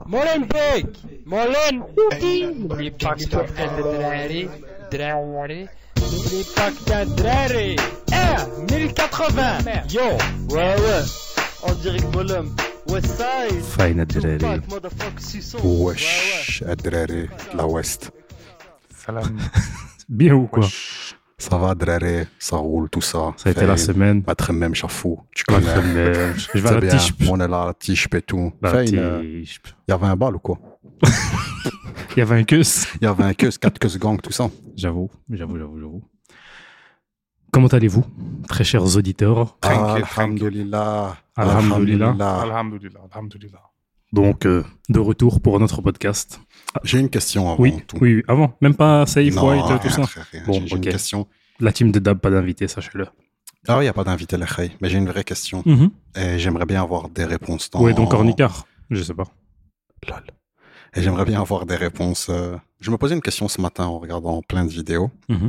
Molenbeek Molenbeek N'oublie pas que t'as fait de Drari N'oublie pas que t'as Drari 1080 Yo Ouais en direct Molen Westside Fine الدراري Wesh, Drari, la West. Salam. Bien ou quoi? Ça va, Drari, ça roule, tout ça. Ça a été la semaine. Maître même, chafou. Tu connais. Je vais à la C'est bien, tiche. on est là, la tiche et tout. La Fine, tiche. il y avait un bal ou quoi? Il y avait un queus. Il y avait un queus, 4 queues gang, tout ça. J'avoue. Comment allez-vous, très chers auditeurs? Tranquille, Alhamdulillah. Alhamdulillah. Alhamdulillah. Donc, de retour pour notre podcast. J'ai une question avant Oui, tout. oui, avant. Même pas Safe Non, White, tout rien, ça. frère, rien. Bon, J'ai ok. une question. La team de Dab, pas d'invité, sachez-le. Ah oui, il n'y a pas d'invité, les Khay, mais j'ai une vraie question. Et j'aimerais bien avoir des réponses dans... Ouais, donc Ornicar, je sais pas. Lol. Et j'aimerais bien avoir des réponses. Je me posais une question ce matin en regardant plein de vidéos.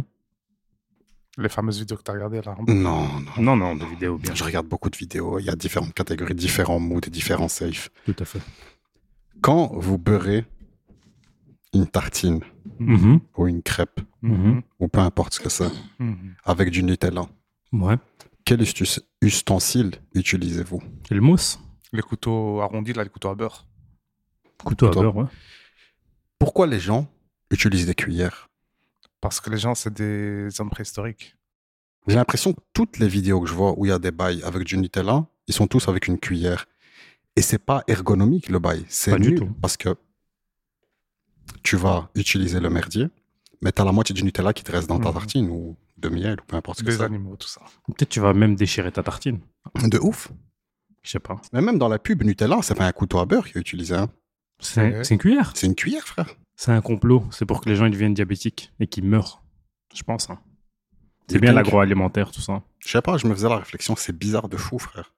Les fameuses vidéos que tu as regardées là. Non. Non, des vidéos bien. Je regarde beaucoup de vidéos. Il y a différentes catégories, différents moods et différents safes. Tout à fait. Quand vous beurrez une tartine ou une crêpe, ou peu importe ce que c'est, avec du Nutella, Ouais. quel ustensile utilisez-vous? Et le mousse? Les couteaux arrondis, là, les couteaux à beurre. Couteau à Couteau. beurre, ouais. Pourquoi les gens utilisent des cuillères? Parce que les gens, c'est des hommes préhistoriques. J'ai l'impression que toutes les vidéos que je vois où il y a des bails avec du Nutella, ils sont tous avec une cuillère. Et c'est pas ergonomique le bail, c'est Pas du nul tout. parce que tu vas utiliser le merdier, mais t'as la moitié du Nutella qui te reste dans ta tartine ou de miel ou peu importe ce que Des c'est. animaux, tout ça. Peut-être tu vas même déchirer ta tartine. De ouf. Je sais pas. Mais même dans la pub Nutella, c'est pas un couteau à beurre qui est utilisé. Hein. C'est une cuillère. C'est une cuillère, frère. C'est un complot. C'est pour que les gens ils deviennent diabétiques et qu'ils meurent. Je pense. Hein. C'est Et bien donc, l'agroalimentaire, tout ça. Je sais pas, je me faisais la réflexion, c'est bizarre de fou, frère.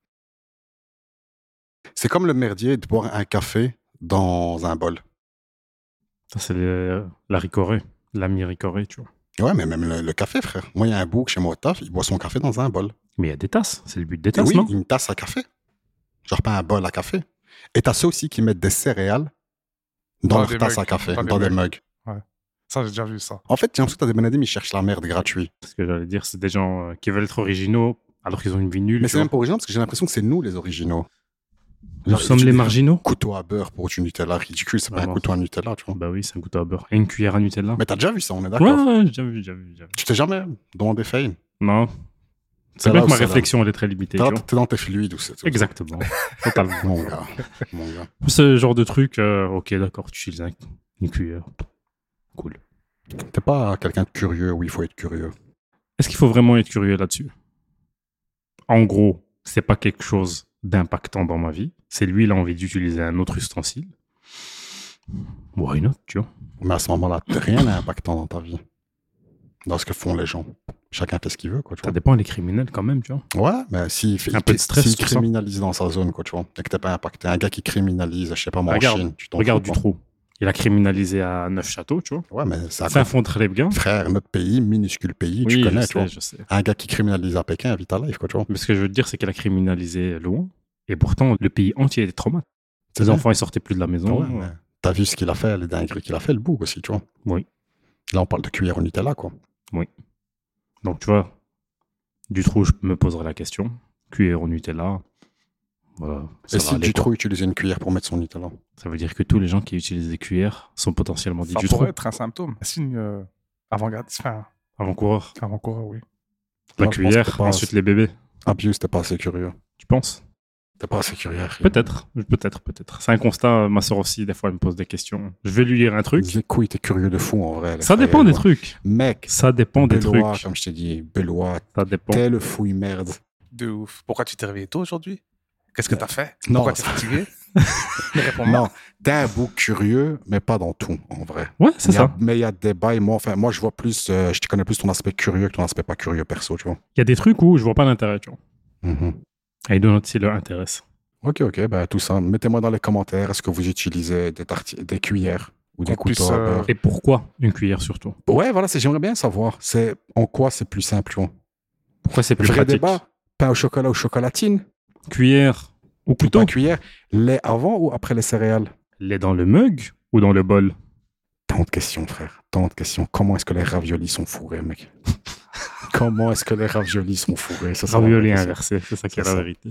C'est comme le merdier de boire un café dans un bol. Ça, c'est la ricorée. L'ami ricorée, tu vois. Ouais, mais même le café, frère. Moi, il y a un bouc chez moi au taf, il boit son café dans un bol. Mais il y a des tasses. C'est le but des Et tasses, oui, non? une tasse à café. Genre pas un bol à café. Et t'as ceux aussi qui mettent des céréales dans leur des tasse mugs. à café, Dans dans des des mugs. Ça, j'ai déjà vu ça. En fait, j'ai l'impression que t'as des Benadim, ils cherchent la merde gratuit. Ce que j'allais dire, c'est des gens qui veulent être originaux alors qu'ils ont une vie nulle. Mais tu c'est vois. même pas original parce que j'ai l'impression que c'est nous les originaux. Nous Genre, sommes les utiliser marginaux. un couteau à beurre pour du Nutella ridicule, c'est pas un Vraiment. couteau à Nutella, tu vois. Bah oui, c'est un couteau à beurre. Et une cuillère à Nutella. Mais t'as déjà vu ça, on est Ouais, d'accord. ouais, j'ai déjà vu. Tu t'es jamais demandé Fame. Non. C'est C'est là bien où que ma c'est là. réflexion, elle est très limitée. tu vois. T'es dans tes fluides ou c'est tout. Exactement. Totalement. Mon gars. Mon gars. Ce genre de truc, ok, d'accord, tu utilises une cuillère. Cool. T'es pas quelqu'un de curieux où il faut être curieux. Est-ce qu'il faut vraiment être curieux là-dessus? En gros, c'est pas quelque chose d'impactant dans ma vie. C'est lui, il a envie d'utiliser un autre ustensile. Why not, tu vois? Mais à ce moment-là, rien n'est impactant dans ta vie. Dans ce que font les gens. Chacun fait ce qu'il veut, quoi, tu Ça vois. dépend des criminels quand même, tu vois. Ouais, mais s'il Un peu de stress, s'il tout ça. criminalise dans sa zone, quoi, tu vois, et que t'es pas impacté. Un gars qui criminalise, je sais pas, moi, en Regarde, Chine, tu t'en Regarde fous, du quoi. trou. Il a criminalisé à Neufchâteau, tu vois. Ouais, mais c'est à Fin cause- fond de Trébguin. Frère, notre pays, minuscule pays, tu Oui, connais, je tu vois. sais, je sais. Un gars qui criminalise à Pékin, vite à life, quoi, tu vois. Mais ce que je veux te dire, c'est qu'il a criminalisé loin. Et pourtant, le pays entier était traumatisé. C'est Les vrai. enfants, ils sortaient plus de la maison. Ouais, mais t'as vu ce qu'il a fait, les dingueries qu'il a fait, le bouc aussi, tu vois. Oui. Là, on parle de cuillère au Nutella, quoi. Donc, tu vois, du trou, je me poserai la question. Cuillère au Nutella. Voilà. Ça Et va si aller, Dutroux utilisait une cuillère pour mettre son Nutella? quoi. Ça veut dire que tous les gens qui utilisent des cuillères sont potentiellement dits Ça du trou. pourrait être un symptôme. Un signe avant-gardiste. Enfin, Avant-coureur. avant-coureur, oui. La Moi, je pense cuillère, que t'es pas ensuite les bébés. Abuse, t'es pas assez curieux. Tu penses? T'es pas assez curieux. Peut-être. C'est un constat. Ma soeur aussi, des fois, elle me pose des questions. Je vais lui lire un truc. Les couilles, t'es curieux de fou, en vrai. Ça dépend des trucs. Mec, Ça dépend des Belois, trucs. comme je t'ai dit, Belois, Ça dépend. t'es le fouille merde. De ouf. Pourquoi tu t'es réveillé tôt aujourd'hui? Qu'est-ce que t'as fait? Non, Pourquoi t'es fatigué? Mais réponds-moi. Non, t'es un bouc curieux, mais pas dans tout, en vrai. Ouais, c'est Il y a- ça. Mais il y a des bails, moi je vois plus, je te connais plus ton aspect curieux que ton aspect pas curieux perso, tu vois. Il y a des trucs où je vois pas l'intérêt, tu vois. Mhm. Et d'autres, si leur intéresse. Ok, bah tout ça. Mettez-moi dans les commentaires, est-ce que vous utilisez des cuillères ou des Qu'on puisse, couteaux à beurre? Et pourquoi une cuillère surtout? Ouais, voilà, j'aimerais bien savoir. C'est en quoi c'est plus simple, tu vois. Pourquoi c'est plus Vrai pratique? débat, pain au chocolat ou chocolatine, Cuillère ou ou couteau? pas cuillère, lait avant ou après les céréales? Elle est dans le mug ou dans le bol? Tant de questions, frère. Tant de questions. Comment est-ce que les raviolis sont fourrés, mec? Comment est-ce que les raviolis sont fourrés? Ça, c'est Ravioli la vraie question. inversé, c'est ça qui est C'est la ça. vérité.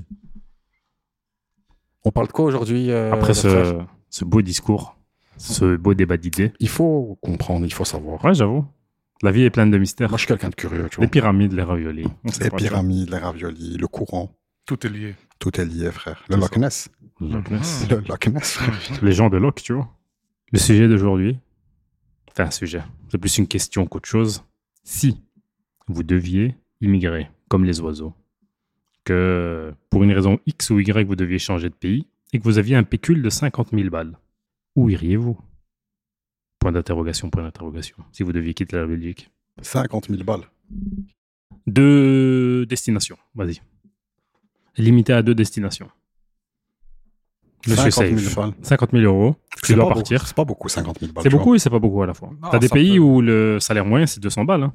On parle de quoi aujourd'hui Après les frères ce beau discours, ce beau débat d'idées. Il faut comprendre, il faut savoir. Ouais, j'avoue. La vie est pleine de mystères. Moi, je suis quelqu'un de curieux, tu Les vois. pyramides, les raviolis. On sait Les pas pyramides, les raviolis, le courant, Tout est lié. tout est lié, frère. Le C'est Loch ça. Ness. quoi. Loch Ness. Le Loch Ness, frère. Les gens de Locke, tu vois. Le sujet d'aujourd'hui, enfin un sujet, c'est plus une question qu'autre chose. Si vous deviez immigrer comme les oiseaux, que pour une raison X ou Y, vous deviez changer de pays et que vous aviez un pécule de 50 000 balles, où iriez-vous? Point d'interrogation, point d'interrogation. Si vous deviez quitter la Belgique. 50 000 balles. 2 destinations, vas-y. Limité à 2 destinations. Monsieur 50 000 Safe. balles. 50 000 euros, tu C'est dois pas beaucoup, partir. c'est pas beaucoup, 50 000 balles. C'est tu beaucoup et c'est pas beaucoup à la fois. Non, T'as des ça pays peut. où le salaire moyen c'est 200 balles. Hein.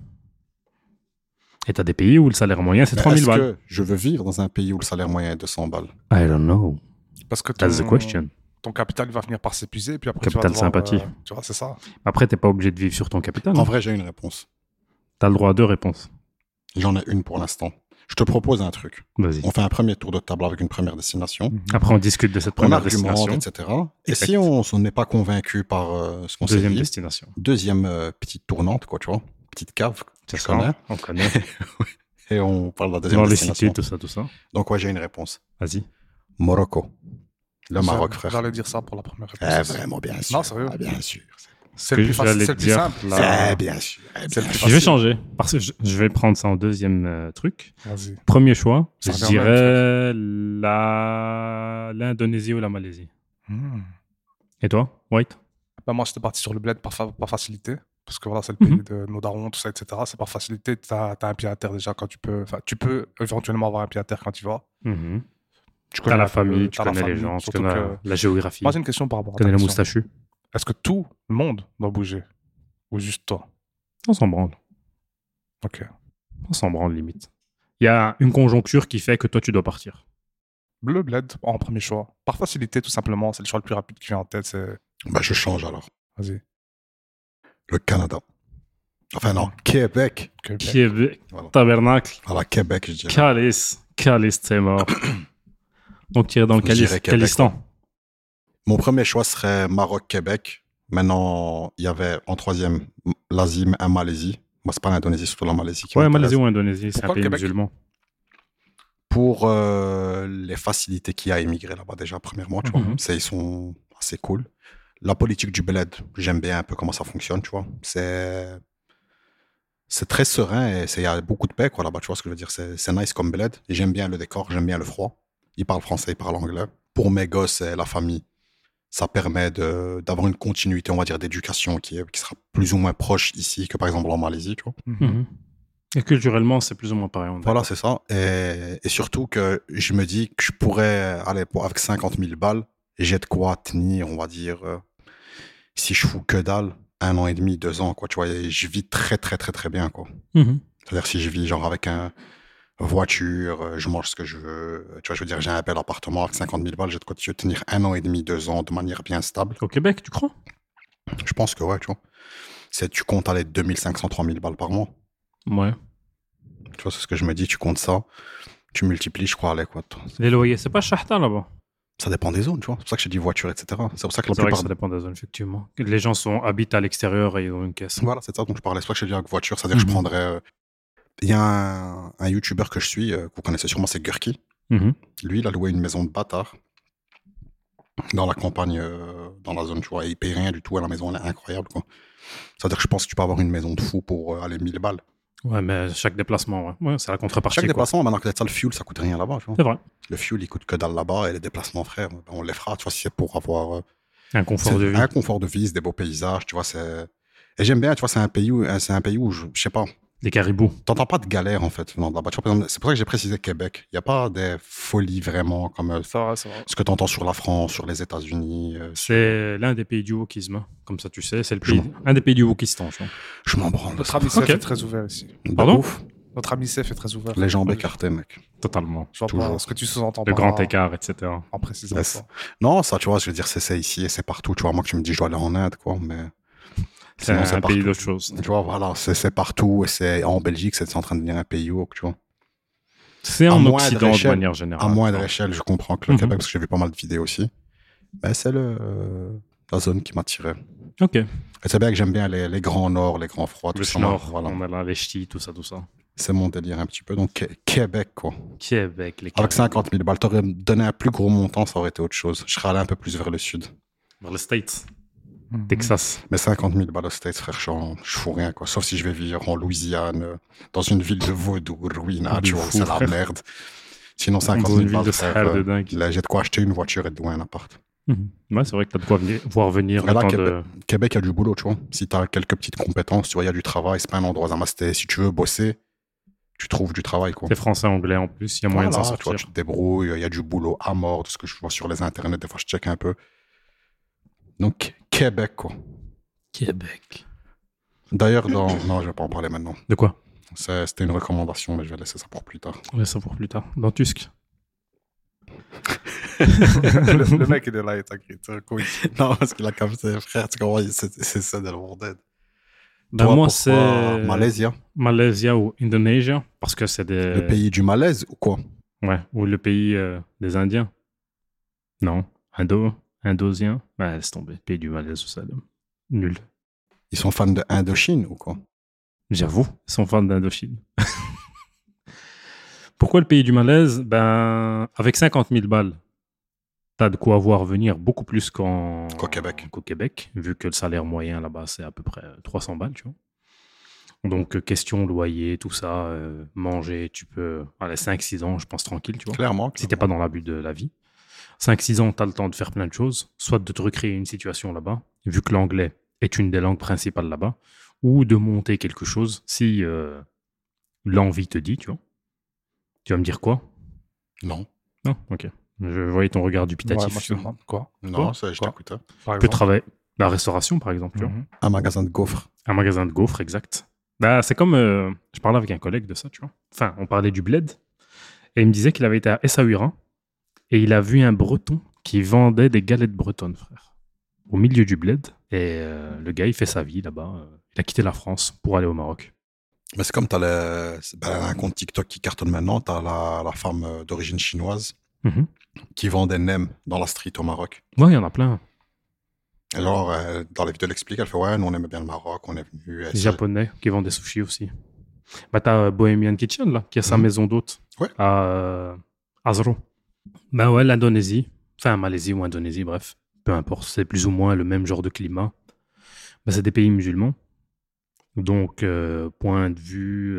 Et t'as des pays où le salaire moyen c'est vois. 3000 Est-ce balles. que je veux vivre dans un pays où le salaire moyen est 200 balles? I don't know. Parce que That's the question. ton capital il va finir par s'épuiser. Puis après, Capital tu vas devoir, sympathie. tu vois, c'est ça. Après, t'es pas obligé de vivre sur ton capital. En hein. vrai, j'ai une réponse. T'as le droit à 2 réponses. J'en ai une pour l'instant. Je te propose un truc. Vas-y. On fait un premier tour de table avec une première destination. Après, on discute de cette On première argumente, destination. etc. Et Exact. si on n'est pas convaincu par ce qu'on s'est Deuxième dit, destination. deuxième petite tournante, quoi, tu vois, petite cave, C'est tu ça. connais, On connaît. et on parle de la deuxième Dans les destination. cités, tout ça. Donc ouais, j'ai une réponse. Vas-y. Morocco. Le Maroc, frère. J'allais dire ça pour la première réponse. Vraiment, bien sûr. Non, sérieux. Ah, bien sûr. C'est le plus facile, c'est le plus dire, simple. là, Bien sûr. C'est le plus je vais facile. changer. Parce que je vais prendre ça en deuxième truc. Vas-y. Premier choix, Ça je revient au dirais l'Indonésie ou la Malaisie. Hmm. Et toi, White? Bah, moi, j'étais parti sur le bled par facilité. Parce que voilà, c'est le Mhm. pays de nos darons, tout ça, etc. C'est par facilité. T'as un pied à terre déjà quand tu peux. Enfin, tu peux éventuellement avoir un pied à terre quand tu vas. Tu T'as la un peu- famille, tu t'as la connais les famille, gens, tu surtout connais que- la géographie, Moi, j'ai une question par rapport à tu connais ta le question. moustachu. Est-ce que tout le monde doit bouger? Ou juste toi? On s'en branle. Ok. On s'en branle limite. Il y a une conjoncture qui fait que toi, tu dois partir. Le bled en premier choix. Par facilité, tout simplement. C'est le choix le plus rapide qui vient en tête. C'est... Bah, je change alors. Vas-y. Le Canada. Enfin non, Québec. Québec, Voilà. tabernacle, Voilà, Québec, je dirais. Calice, c'est mort. Donc, tu irais dans le Je dirais Québec, Calistan. Mon premier choix serait Maroc-Québec. Maintenant, il y avait en troisième l'Asie, Malaisie. Moi, c'est pas l'Indonésie, c'est surtout la Malaisie. Qui Ouais, m'intéresse. Malaisie ou Indonésie, c'est un Pourquoi pays le Québec musulman. Pour les facilités qu'il y a à immigrer là-bas, déjà, premièrement, tu vois. Mhm. Ils sont assez cool. La politique du bled, j'aime bien un peu comment ça fonctionne, tu vois. C'est très serein et il y a beaucoup de paix, quoi, là-bas, tu vois ce que je veux dire. C'est nice comme bled. Et j'aime bien le décor, j'aime bien le froid. Ils parlent français, ils parlent anglais. Pour mes gosses et la famille, ça permet d'avoir une continuité, on va dire, d'éducation qui sera plus ou moins proche ici que, par exemple, en Malaisie, tu vois. Mhm. Et culturellement, c'est plus ou moins pareil. on est Voilà, d'accord. c'est ça. Et surtout que je me dis que je pourrais aller avec 50 000 balles, j'ai de quoi tenir, on va dire, si je fous que dalle, 1 an et demi, 2 ans, quoi, tu vois, et je vis très, très, très, très bien, quoi. Mhm. C'est-à-dire si je vis genre avec une voiture, je mange ce que je veux, tu vois, je veux dire, j'ai un bel appartement avec 50 000 balles, j'ai de quoi tenir 1 an et demi, 2 ans de manière bien stable. Au Québec, tu crois? Je pense que ouais, tu vois. Tu comptes aller 2500, 3000 balles par mois. Ouais. Tu vois, c'est ce que je me dis, tu comptes ça, tu multiplies, je crois, allez, quoi. Les loyers, c'est pas Chahta là-bas. Ça dépend des zones, tu vois. C'est pour ça que je dis voiture, etc. C'est pour ça que la C'est vrai que plupart. ça dépend des zones, effectivement. Les gens habitent à l'extérieur et ils ont une caisse. Voilà, c'est ça dont je parlais. C'est pour ça que je dis avec voiture. C'est-à-dire que je Mhm. prendrais. Il y a un YouTuber que je suis, que vous connaissez sûrement, c'est Gurki. Mhm. Lui, il a loué une maison de bâtard dans la campagne, dans la zone, tu vois. Et il paye rien du tout à la maison, elle est incroyable, quoi. C'est-à-dire que je pense que tu peux avoir une maison de fou pour aller 1000 balles. Ouais, mais chaque déplacement, ouais. Ouais, c'est la contrepartie. Chaque quoi. déplacement, maintenant que ça, le fuel, ça coûte rien là-bas, tu vois. C'est vrai. Le fuel, il coûte que dalle là-bas et les déplacements, frère, ben, on les fera, tu vois, si c'est pour avoir. Un confort de vie. Un confort de vie, c'est des beaux paysages, tu vois. Et j'aime bien, tu vois, c'est un pays où je sais pas, Des caribous. t'entends pas de galère en fait venant de là-bas. Tu vois, par exemple, c'est pour ça que j'ai précisé Québec. Il n'y a pas des folies vraiment comme Ça va, ça va. ce que t'entends sur la France, sur les États-Unis. C'est l'un des pays du wokisme. Hein. Comme ça, tu sais. C'est Je un des pays du wokistan, je crois. Je m'en branle de Notre ça. ami Seth Ok. est très ouvert ici. De Pardon ouf. Notre ami Sef est très ouvert. Les jambes écartées, mec. Totalement. Je vois pas Toujours. ce que tu sous-entends Le par grand là, écart, etc. en précisant Yes. ça. Non, ça, tu vois, je veux dire, c'est ici et c'est partout. Tu vois, moi, que tu me dis, je dois aller en Inde, quoi, mais. C'est Sinon, un pays partout. d'autre chose. Tu vois, voilà, c'est partout. Et c'est en Belgique, c'est en train de devenir un pays woke, tu vois. C'est À en moindre Occident de échelle- manière générale. À moindre échelle, je comprends que le Mhm. Québec, parce que j'ai vu pas mal de vidéos aussi. Mais c'est la zone qui m'attirait. Ok. Et c'est bien que j'aime bien les grands nord, les grands froids, tout Le ça. Nord, Voilà. on a là les ch'tis, tout ça, tout ça. C'est mon délire un petit peu. Donc, Québec, quoi. Québec, les Avec 50 000 balles, t'aurais donné un plus gros montant, ça aurait été autre chose. Je serais allé un peu plus vers le sud. Vers les States, Mhm. Texas. Mais 50 000 balles aux States, frère, je fous rien, quoi. Sauf si je vais vivre en Louisiane, dans une ville de vaudou, ruina, tu De vois, fou, c'est la frère. merde. Sinon, 50 Dans 000 une ville balles, de frère, Sahel de dingue. là, j'ai de quoi acheter une voiture et de louer un appart. Ouais, c'est vrai que t'as de quoi voir venir Mais le là, temps de... Québec, il y a du boulot, tu vois. Si t'as quelques petites compétences, tu vois, il y a du travail, c'est pas un endroit à master. Si tu veux bosser, tu trouves du travail, quoi. C'est français, anglais en plus, il y a moyen de s'en Voilà, tu vois, sortir. tu te débrouilles, il y a du boulot à mort, de ce que je vois sur les internets, des fois je check un peu. Donc, Québec, quoi. Québec. D'ailleurs, non, je vais pas en parler maintenant. De quoi? C'était une recommandation, mais je vais laisser ça pour plus tard. On laisse ça pour plus tard. Dans Tusk. le mec, il est là, il t'inquiète. Non, parce que la capté, frère, tu comprends, c'est ça de le dead. Ben Toi, moi, pourquoi c'est Malaisie, Malaysia ou Indonésie, parce que c'est des... le pays du malaise ou quoi? Ouais, ou le pays des Indiens. Non, Indosiens. Ouais, laisse tomber. Pays du Malaise, ça. Nul. Ils sont fans de Indochine ou quoi? J'avoue, ils sont fans d'Indochine. Pourquoi le pays du Malaise? Ben, avec 50 000 balles, t'as de quoi voir venir beaucoup plus Qu'au Québec. qu'au Québec, vu que le salaire moyen là-bas, c'est à peu près 300 balles, tu vois. Donc, question loyer, tout ça, manger, tu peux... Allez, 5-6 ans, je pense, tranquille, tu vois. Clairement. Si t'es pas dans l'abus de la vie. 5-6 ans, t'as le temps de faire plein de choses, soit de te recréer une situation là-bas, vu que l'anglais est une des langues principales là-bas, ou de monter quelque chose si l'envie te dit, tu vois. Tu vas me dire quoi? Non. Non, ok. Je voyais ton regard Ouais, dubitatif. moi, je te demande quoi. Non, ça, je Quoi t'écoute. Hein. Par Tu peux exemple. travailler la restauration, par exemple, tu vois. Mhm. Un magasin de gaufres. Un magasin de gaufres, exact. Bah, c'est comme... je parlais avec un collègue de ça, tu vois. Enfin, on parlait du bled. Et il me disait qu'il avait été à Essaouira et il a vu un breton qui vendait des galettes bretonnes, frère. Au milieu du bled. Et le gars, il fait sa vie là-bas. Il a quitté la France pour aller au Maroc. Mais c'est comme t'as un compte TikTok qui cartonne maintenant, t'as la femme d'origine chinoise Mhm. qui vend des nems dans la street au Maroc. Ouais, il y en a plein. Alors, dans la vidéo, elle explique, elle fait ouais, nous on aimait bien le Maroc, on est venu. Les Japonais qui vendent des sushis aussi. Bah, t'as Bohemian Kitchen, là, qui a sa Mhm. maison d'hôte Ouais. à Azro. Bah ouais, l'Indonésie. Enfin, Malaisie ou Indonésie, bref. Peu importe, c'est plus ou moins le même genre de climat. Bah, c'est des pays musulmans. Donc, point de vue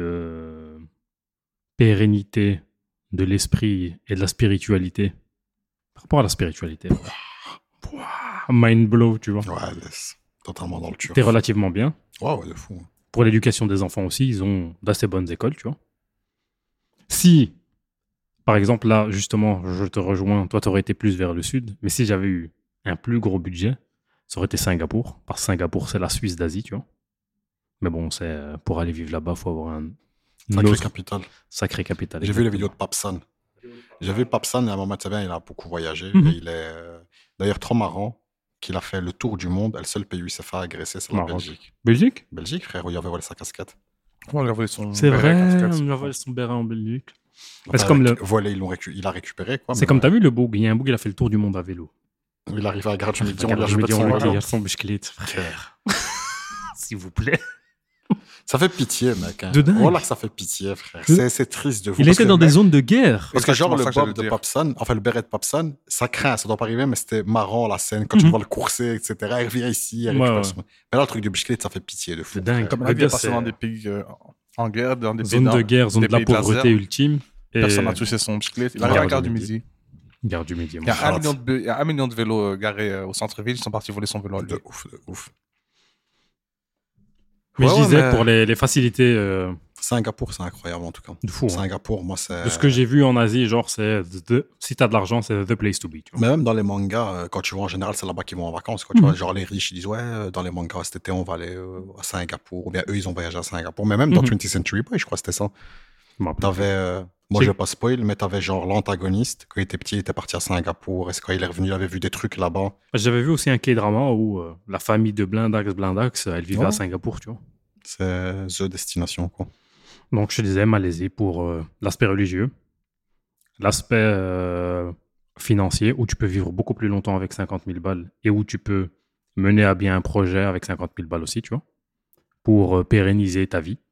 pérennité de l'esprit et de la spiritualité. Par rapport à la spiritualité. Mind blow, tu vois. Ouais, laisse. Totalement dans le turf. T'es relativement bien. Ouais, de fou. Pour l'éducation des enfants aussi, ils ont d'assez bonnes écoles, tu vois. Si, par exemple, là, justement, je te rejoins, toi, t'aurais été plus vers le sud, mais si j'avais eu un plus gros budget, ça aurait été Singapour, parce que Singapour, c'est la Suisse d'Asie, tu vois. Mais bon, c'est pour aller vivre là-bas, il faut avoir un Sacré autre capital. sacré capital. J'ai vu les exactement. vidéos de Papsan. J'ai vu Papsan, à un moment, tu sais bien, il a beaucoup voyagé. Mhm. Et il est d'ailleurs trop marrant qu'il a fait le tour du monde. Et le seul pays où il s'est fait agresser, c'est la Maroc. Belgique. Belgique? Belgique, frère, où il avait volé sa casquette. Comment on lui a volé son. C'est béret, vrai, casquette, on lui a volé son béret en Belgique. Enfin, c'est comme le- volé, il a récupéré. Quoi, C'est mais comme ouais. t'as vu le Boug, il y a un Boug, il a fait le tour du monde à vélo. Il arrive à Garde Midi, on lui a Regarde, je me jeté dis, on son lui vélo. regarde son bicyclette, frère. S'il vous plaît. Ça fait pitié, mec. Hein. De dingue. Voilà que ça fait pitié, frère. Le- C'est triste de vous. Il Parce était que dans le des mec- zones de guerre. Parce que genre Exactement le ça que j'allais bob de dire. Papsan, enfin le béret de Papsan, ça craint, ça doit pas arriver, mais c'était marrant la scène quand tu Mhm. vois le courser, etc. Il revient ici, il Ouais, récupère ouais. son- Mais là, le truc du bicyclette, ça fait pitié de fou. C'est dingue. frère. Comme Le la vie gars, est passée c'est- dans des pays en guerre, dans des pays Zone de guerre, zone des de la pays laser. pauvreté ultime. Et Personne n'a touché son bicyclette. Il Ouais, arrive à ouais, Gare du ouais. Midi. Gare du Midi. Il y a moi. il y a 1 million de vélos garés au centre-ville. Ils sont partis voler son vélo à lui. De ouf, de ouf. Mais Ouais, je disais, mais- pour les facilités Singapour, c'est incroyable en tout cas. De fou. Hein. Singapour, moi, c'est. De ce que j'ai vu en Asie, genre, si t'as de l'argent, c'est the place to be. Tu vois. Mais même dans les mangas, quand tu vois en général, c'est là-bas qu'ils vont en vacances. Quoi, tu vois, genre les riches, ils disent ouais, dans les mangas, cet été, on va aller à Singapour. Ou bien eux, ils ont voyagé à Singapour. Mais même dans 20th Century Boy, je crois que c'était ça. T'avais. Moi, je vais pas spoil, mais t'avais genre l'antagoniste. Quand il était petit, il était parti à Singapour. Et quand il est revenu, il avait vu des trucs là-bas. J'avais vu aussi un K-drama où la famille de Blindax, elle vivait à Singapour, tu vois. C'est The Destination, quoi. Donc, je disais Malaisie pour l'aspect religieux, l'aspect financier, où tu peux vivre beaucoup plus longtemps avec 50 000 balles et où tu peux mener à bien un projet avec 50 000 balles aussi, tu vois, pour pérenniser ta vie.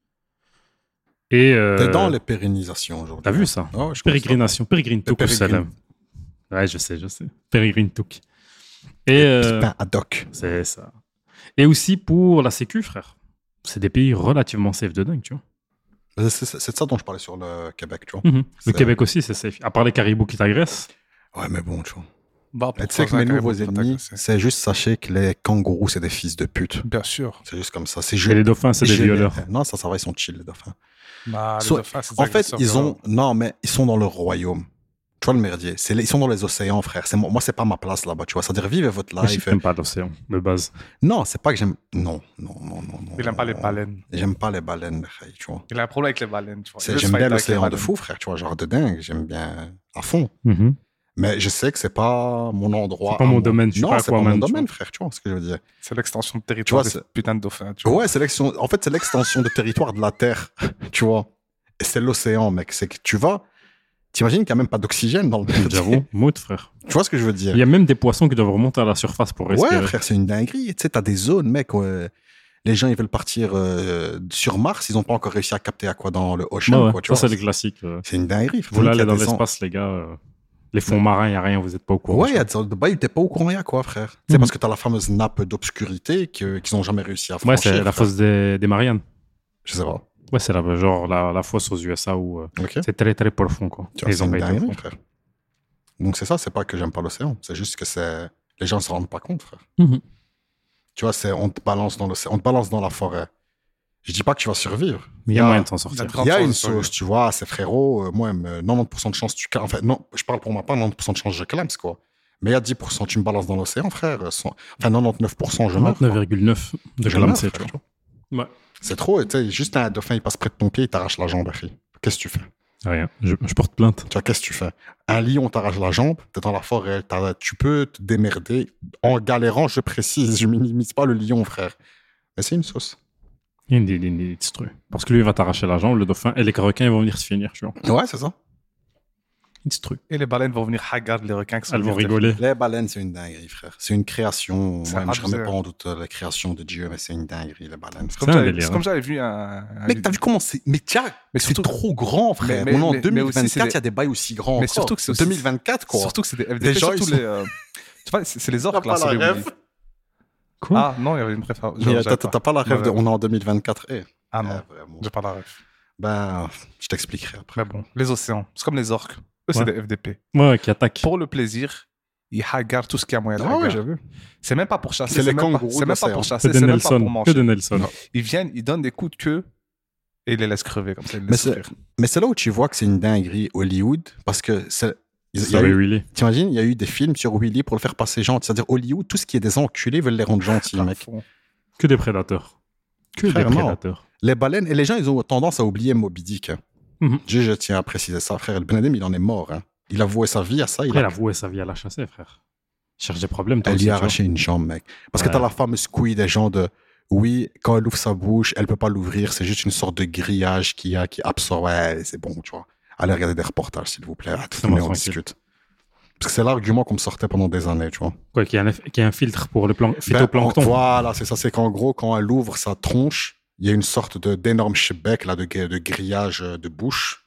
Et t'es dans les pérennisations aujourd'hui. T'as vu ça? Oh, Pérégrination, Pérégrine Touk, salam. Ouais, je sais. Pérégrine Touk. Et Pipin ad hoc. C'est ça. Et aussi pour la sécu, frère. C'est des pays relativement safe de dingue, tu vois. C'est de ça dont je parlais sur le Québec, tu vois. Le Québec aussi, c'est safe. À part les caribous qui t'agressent. Ouais, mais bon, tu vois. Bah, tu sais que mes nouveaux ennemis, c'est juste, sachez que les kangourous, c'est des fils de pute. Bien sûr. C'est juste comme ça. Et les dauphins, c'est des violeurs. Non, ça va, ils sont chill, les dauphins. Bah, les dauphins, c'est en fait, non, mais ils sont dans leur royaume. Tu vois le merdier. Ils sont dans les océans, frère. Moi, c'est pas ma place là-bas, tu vois. C'est-à-dire, vivez votre life. J'aime pas l'océan, de base. Non, c'est pas que j'aime. Non. Il aime pas les baleines. J'aime pas les baleines, tu vois. Il a un problème avec les baleines, tu vois. J'aime bien l'océan de fou, frère, tu vois, genre de dingue. J'aime bien à fond. Mais je sais que c'est pas mon endroit. C'est pas mon domaine, non, c'est pas mon domaine, frère, tu vois ce que je veux dire. C'est l'extension de territoire de putain de dauphin, tu vois. Ouais, en fait, c'est l'extension de territoire de la Terre, tu vois. Et c'est l'océan, mec. C'est que tu vas. T'imagines qu'il n'y a même pas d'oxygène dans le monde. J'avoue, mout, frère. Tu vois ce que je veux dire? Il y a même des poissons qui doivent remonter à la surface pour respirer. Ouais, frère, c'est une dinguerie. Tu sais, t'as des zones, mec. Les gens, ils veulent partir sur Mars. Ils n'ont pas encore réussi à capter à quoi dans le Ocean. Ouais, quoi, tu ça, vois. c'est les classiques. C'est une dinguerie. Vous là, allez dans l'espace, les gars. Les fonds marins, il n'y a rien, vous n'êtes pas au courant. Ouais, il y a des zones de bail où t'es pas au courant, il y a quoi, frère? C'est parce que t'as la fameuse nappe d'obscurité qu'ils n'ont jamais réussi à franchir. Ouais, c'est la fosse des Mariannes. Je sais pas. Ouais, c'est la fosse aux USA où c'est très très profond, quoi. Tu vois, c'est une dinguerie, frère. Donc c'est ça, c'est pas que j'aime pas l'océan, c'est juste que les gens se rendent pas compte, frère. Tu vois, on te balance dans l'océan, on te balance dans la forêt. Je dis pas que tu vas survivre. Mais il y a moyen de s'en sortir. Il y a une sauce, tu vois, c'est frérot, moi, 90% de chance, en fait, non, je parle pour ma part, 90% de chance, je clame, quoi. Mais il y a 10%, tu me balances dans l'océan, frère. Enfin, 99%, je meurs. 99,9% de clame, c'est tu vois. Ouais. C'est trop, tu sais, juste un dauphin, il passe près de ton pied, il t'arrache la jambe, frère. Qu'est-ce que tu fais? Rien, je porte plainte. Tu vois, qu'est-ce que tu fais? Un lion t'arrache la jambe, t'es dans la forêt, tu peux te démerder en galérant, je précise, je minimise pas le lion, frère. Mais c'est une sauce. Il y a des petits trucs. Parce que lui, il va t'arracher la jambe, le dauphin et les requins, ils vont venir se finir, tu vois. Ouais, c'est ça. Un petit truc. Et les baleines vont venir hagarder les requins qui sont elles vont rigoler. Les baleines, c'est une dinguerie, frère. C'est une création. Moi, je remets pas en doute la création de Dieu, mais c'est une dinguerie, les baleines. C'est comme j'avais vu un. Mec, t'as vu comment c'est. Mais tiens, c'est trop grand, frère. On est en 2024, il y a des bails aussi grands. Mais surtout que c'est aussi. 2024, quoi. Surtout que c'est des FDP. Surtout les. Tu vois, c'est les orques, là, c'est les oublis. Quoi? Ah, non, il y avait une préférence. T'as pas la rêve on est en 2024. Ah non, j'ai pas la rêve. Ben, je t'expliquerai après. Mais bon, les océans, c'est comme les orques. Eux, c'est des FDP. Ouais, qui attaquent. Pour le plaisir, ils hagarent tout ce qu'il y a moyen de hagar. Ouais, j'ai vu. C'est même pas pour chasser. C'est les kangourous. C'est même pas pour chasser, c'est même pas pour manger. Que de Nelson. Ils viennent, ils donnent des coups de queue et ils les laissent crever comme ça. Mais c'est là où tu vois que c'est une dinguerie Hollywood, parce que t'imagines, il y a eu des films sur Willy pour le faire passer gentil. C'est-à-dire Hollywood, tout ce qui est des enculés veulent les rendre gentils, mec. Que des prédateurs. Que des prédateurs. Les baleines, et les gens, ils ont tendance à oublier Moby Dick. Je tiens à préciser ça, frère. Le Ben Adem, il en est mort. Hein. Il a voué sa vie à ça. Il a voué sa vie à la chasser, frère. Il cherche des problèmes. Elle lui a arraché une jambe, mec. Parce que t'as la fameuse couille des gens de... Oui, quand elle ouvre sa bouche, elle peut pas l'ouvrir. C'est juste une sorte de grillage qui absorbe. Ouais, c'est bon, tu vois. Allez regarder des reportages, s'il vous plaît. On discute. Parce que c'est l'argument qu'on me sortait pendant des années, tu vois. Quoi, qu'il y a un filtre pour le phytoplancton. Voilà, c'est ça. C'est qu'en gros, quand elle ouvre sa tronche, il y a une sorte d'énorme bec là, de grillage de bouche.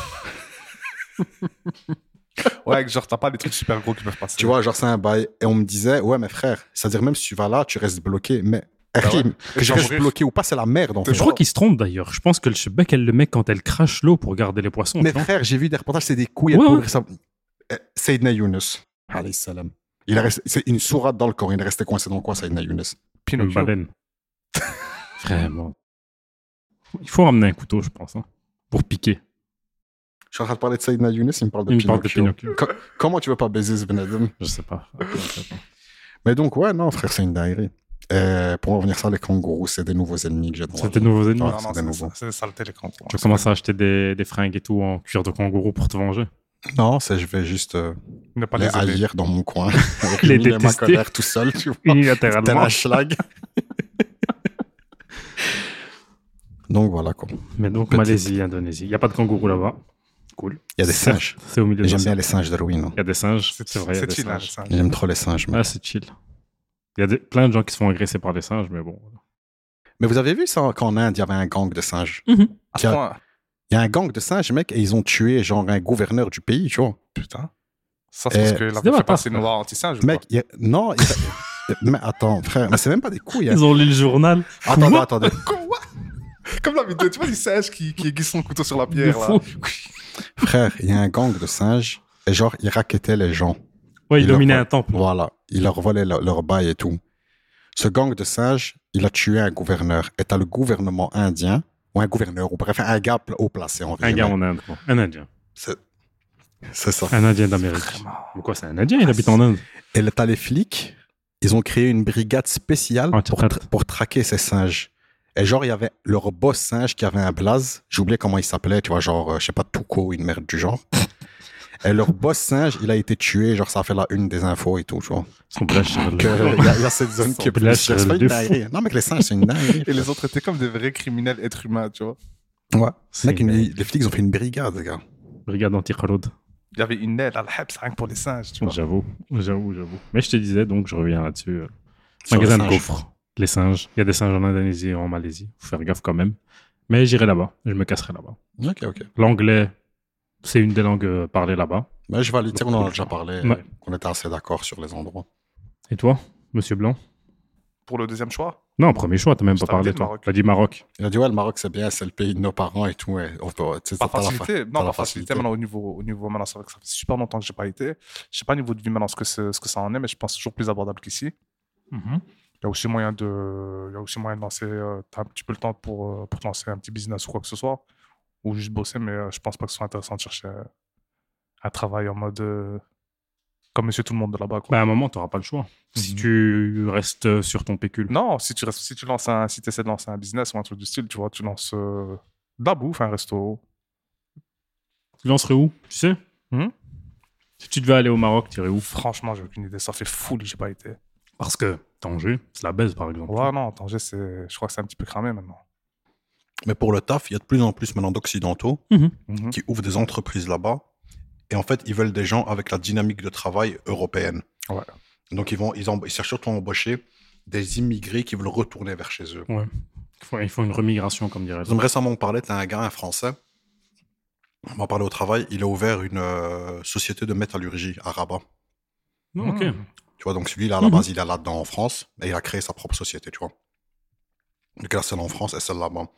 Ouais, genre, t'as pas des trucs super gros qui peuvent passer. Tu vois, genre, c'est un bail. Et on me disait, ouais, mais frère, c'est-à-dire, même si tu vas là, tu restes bloqué. Mais, que je reste bloqué ou pas, c'est la merde, en fait. Je crois qu'il se trompe d'ailleurs. Je pense que le bec, elle le met quand elle crache l'eau pour garder les poissons. Mais frère, j'ai vu des reportages, c'est des couilles. Sayyidina Yunus, alayhi salam. C'est une sourate dans le corps. Il est resté coincé dans quoi, Sayyidina Yunus? Une baleine. Vraiment. Il faut ramener un couteau, je pense, hein, pour piquer. Je suis en train de parler de Saïdna Younes, il me parle de Il me parle de Pinocchio. Pinocchio. Comment tu veux pas baiser ce Benadem? Je sais pas. Mais donc, ouais, non, frère, c'est une dinguerie. Pour en revenir ça, les kangourous, c'est des nouveaux ennemis que j'ai dans C'est des nouveaux ennemis. Ouais, Non, c'est non, des nouveaux. c'est saleté les kangourous. Tu commences à acheter des fringues et tout en cuir de kangourou pour te venger. Non, c'est je vais juste Ne pas les les aider. haïr dans mon coin. Les Ruminer ma détester. colère tout seul, tu vois. T'es Unilatéralement. la schlag. Donc voilà quoi. Mais donc, Petite. Malaisie, Indonésie. Il n'y a pas de kangourou là-bas. Cool. Il y a des Certes, singes. C'est au milieu de J'aime l'océan. bien les singes de ruine. Il y a des singes. C'est vrai, il y a des chill, hein, singes. le singe. J'aime trop les singes. Mais... Ah, c'est chill. Il y a plein de gens qui se font agresser par des singes, mais bon. mais vous avez vu ça qu'en Inde, il y avait un gang de singes? À ce Tiens. point, Il y a un gang de singes, mec, et ils ont tué genre un gouverneur du pays, tu vois. putain. Ça, c'est parce que c'est la des fait bâtards, passer frère. noir anti-singe. ou Mec, quoi non, mais attends, frère, mais c'est même pas des couilles. Hein. Ils ont lu le journal. Attendez. Quoi? Comme la vidéo, tu vois, du singe qui aiguise son couteau sur la De pierre. Là. fou. Frère, il y a un gang de singes, et genre, ils racketaient les gens. Ouais, ils Il leur dominaient vole- un temple. Voilà, ils leur volaient leur bail et tout. Ce gang de singes, il a tué un gouverneur. Et t'as le gouvernement indien, ou un gouverneur, ou bref, un gars haut placé en Un vie. gars en Inde, quoi. Un Indien. C'est ça. Un Indien d'Amérique. Mais quoi, c'est un Indien, il habite en Inde. Et là, t'as les flics, ils ont créé une brigade spéciale Ah, tu traites. pour traquer ces singes. Et genre, il y avait leur boss singe qui avait un blaze. J'ai oublié comment il s'appelait, tu vois, genre, je sais pas, Tuco ou une merde du genre. Et leur boss singe, il a été tué, genre, ça a fait la une des infos et tout, tu vois. Son blage sur le- Il y a cette zone qui est plus blage chère. C'est pas une de dinguerie. Non, mais que les singes, c'est une dinguerie. Et les autres étaient comme des vrais criminels êtres humains, tu vois. Ouais. C'est Mec, une- les flics, ils ont fait une brigade, les gars. Brigade anti-Khalod. Il y avait une aile à l'Habs rien que pour les singes, tu vois. J'avoue. Mais je te disais, donc, je reviens là-dessus. Sur Magasin les de singes. coffres. Les singes. Il y a des singes en Indonésie et en Malaisie. Faut faire gaffe quand même. Mais j'irai là-bas. Je me casserai là-bas. Ok. L'anglais, c'est une des langues parlées là-bas. Mais je valide, on en a déjà parlé, Ouais. qu'on était assez d'accord sur les endroits. Et toi, monsieur Blanc? Pour le deuxième choix, Non, premier choix, t'as même Je pas t'avais parlé, dit le toi. Maroc. T'as dit Maroc. Il a dit, ouais, le Maroc, c'est bien, c'est le pays de nos parents et tout. Ouais. On peut, tu sais, pas t'as la facilité. t'as Non, la pas facilité. Maintenant, au niveau maintenant, c'est vrai que ça fait super longtemps que j'ai pas été. Je sais pas au niveau de vie maintenant ce que ça en est, mais je pense toujours plus abordable qu'ici. Il y a aussi moyen de lancer, t'as un petit peu le temps pour te lancer un petit business ou quoi que ce soit, ou juste bosser, mais je pense pas que ce soit intéressant de chercher un travail en mode comme monsieur tout le monde de là-bas, quoi. Bah, à un moment, t'auras pas le choix. Si tu restes sur ton pécule. Non, si tu essaies de lancer un business ou un truc du style, tu vois, tu lances de la bouffe, un resto. Tu lancerais où? Tu sais? Si tu devais aller au Maroc, t'irais où? Franchement, j'ai aucune idée. Ça fait fou que j'ai pas été. Parce que Tanger, c'est la baise, par exemple. Ouais, non, Tanger, je crois que c'est un petit peu cramé maintenant. Mais pour le taf, il y a de plus en plus maintenant d'occidentaux Mhm. qui ouvrent des entreprises là-bas. Et en fait, ils veulent des gens avec la dynamique de travail européenne. Ouais. Donc, ils cherchent surtout à embaucher des immigrés qui veulent retourner vers chez eux. Il faut une remigration, comme dirait. Récemment, on parlait d'un gars, un Français. On m'a parlé au travail. Il a ouvert une société de métallurgie à Rabat. Non, ok. Tu vois, donc lui, là, à la base, il est là-dedans en France. Et il a créé sa propre société, tu vois. Donc, la celle en France et celle là-bas.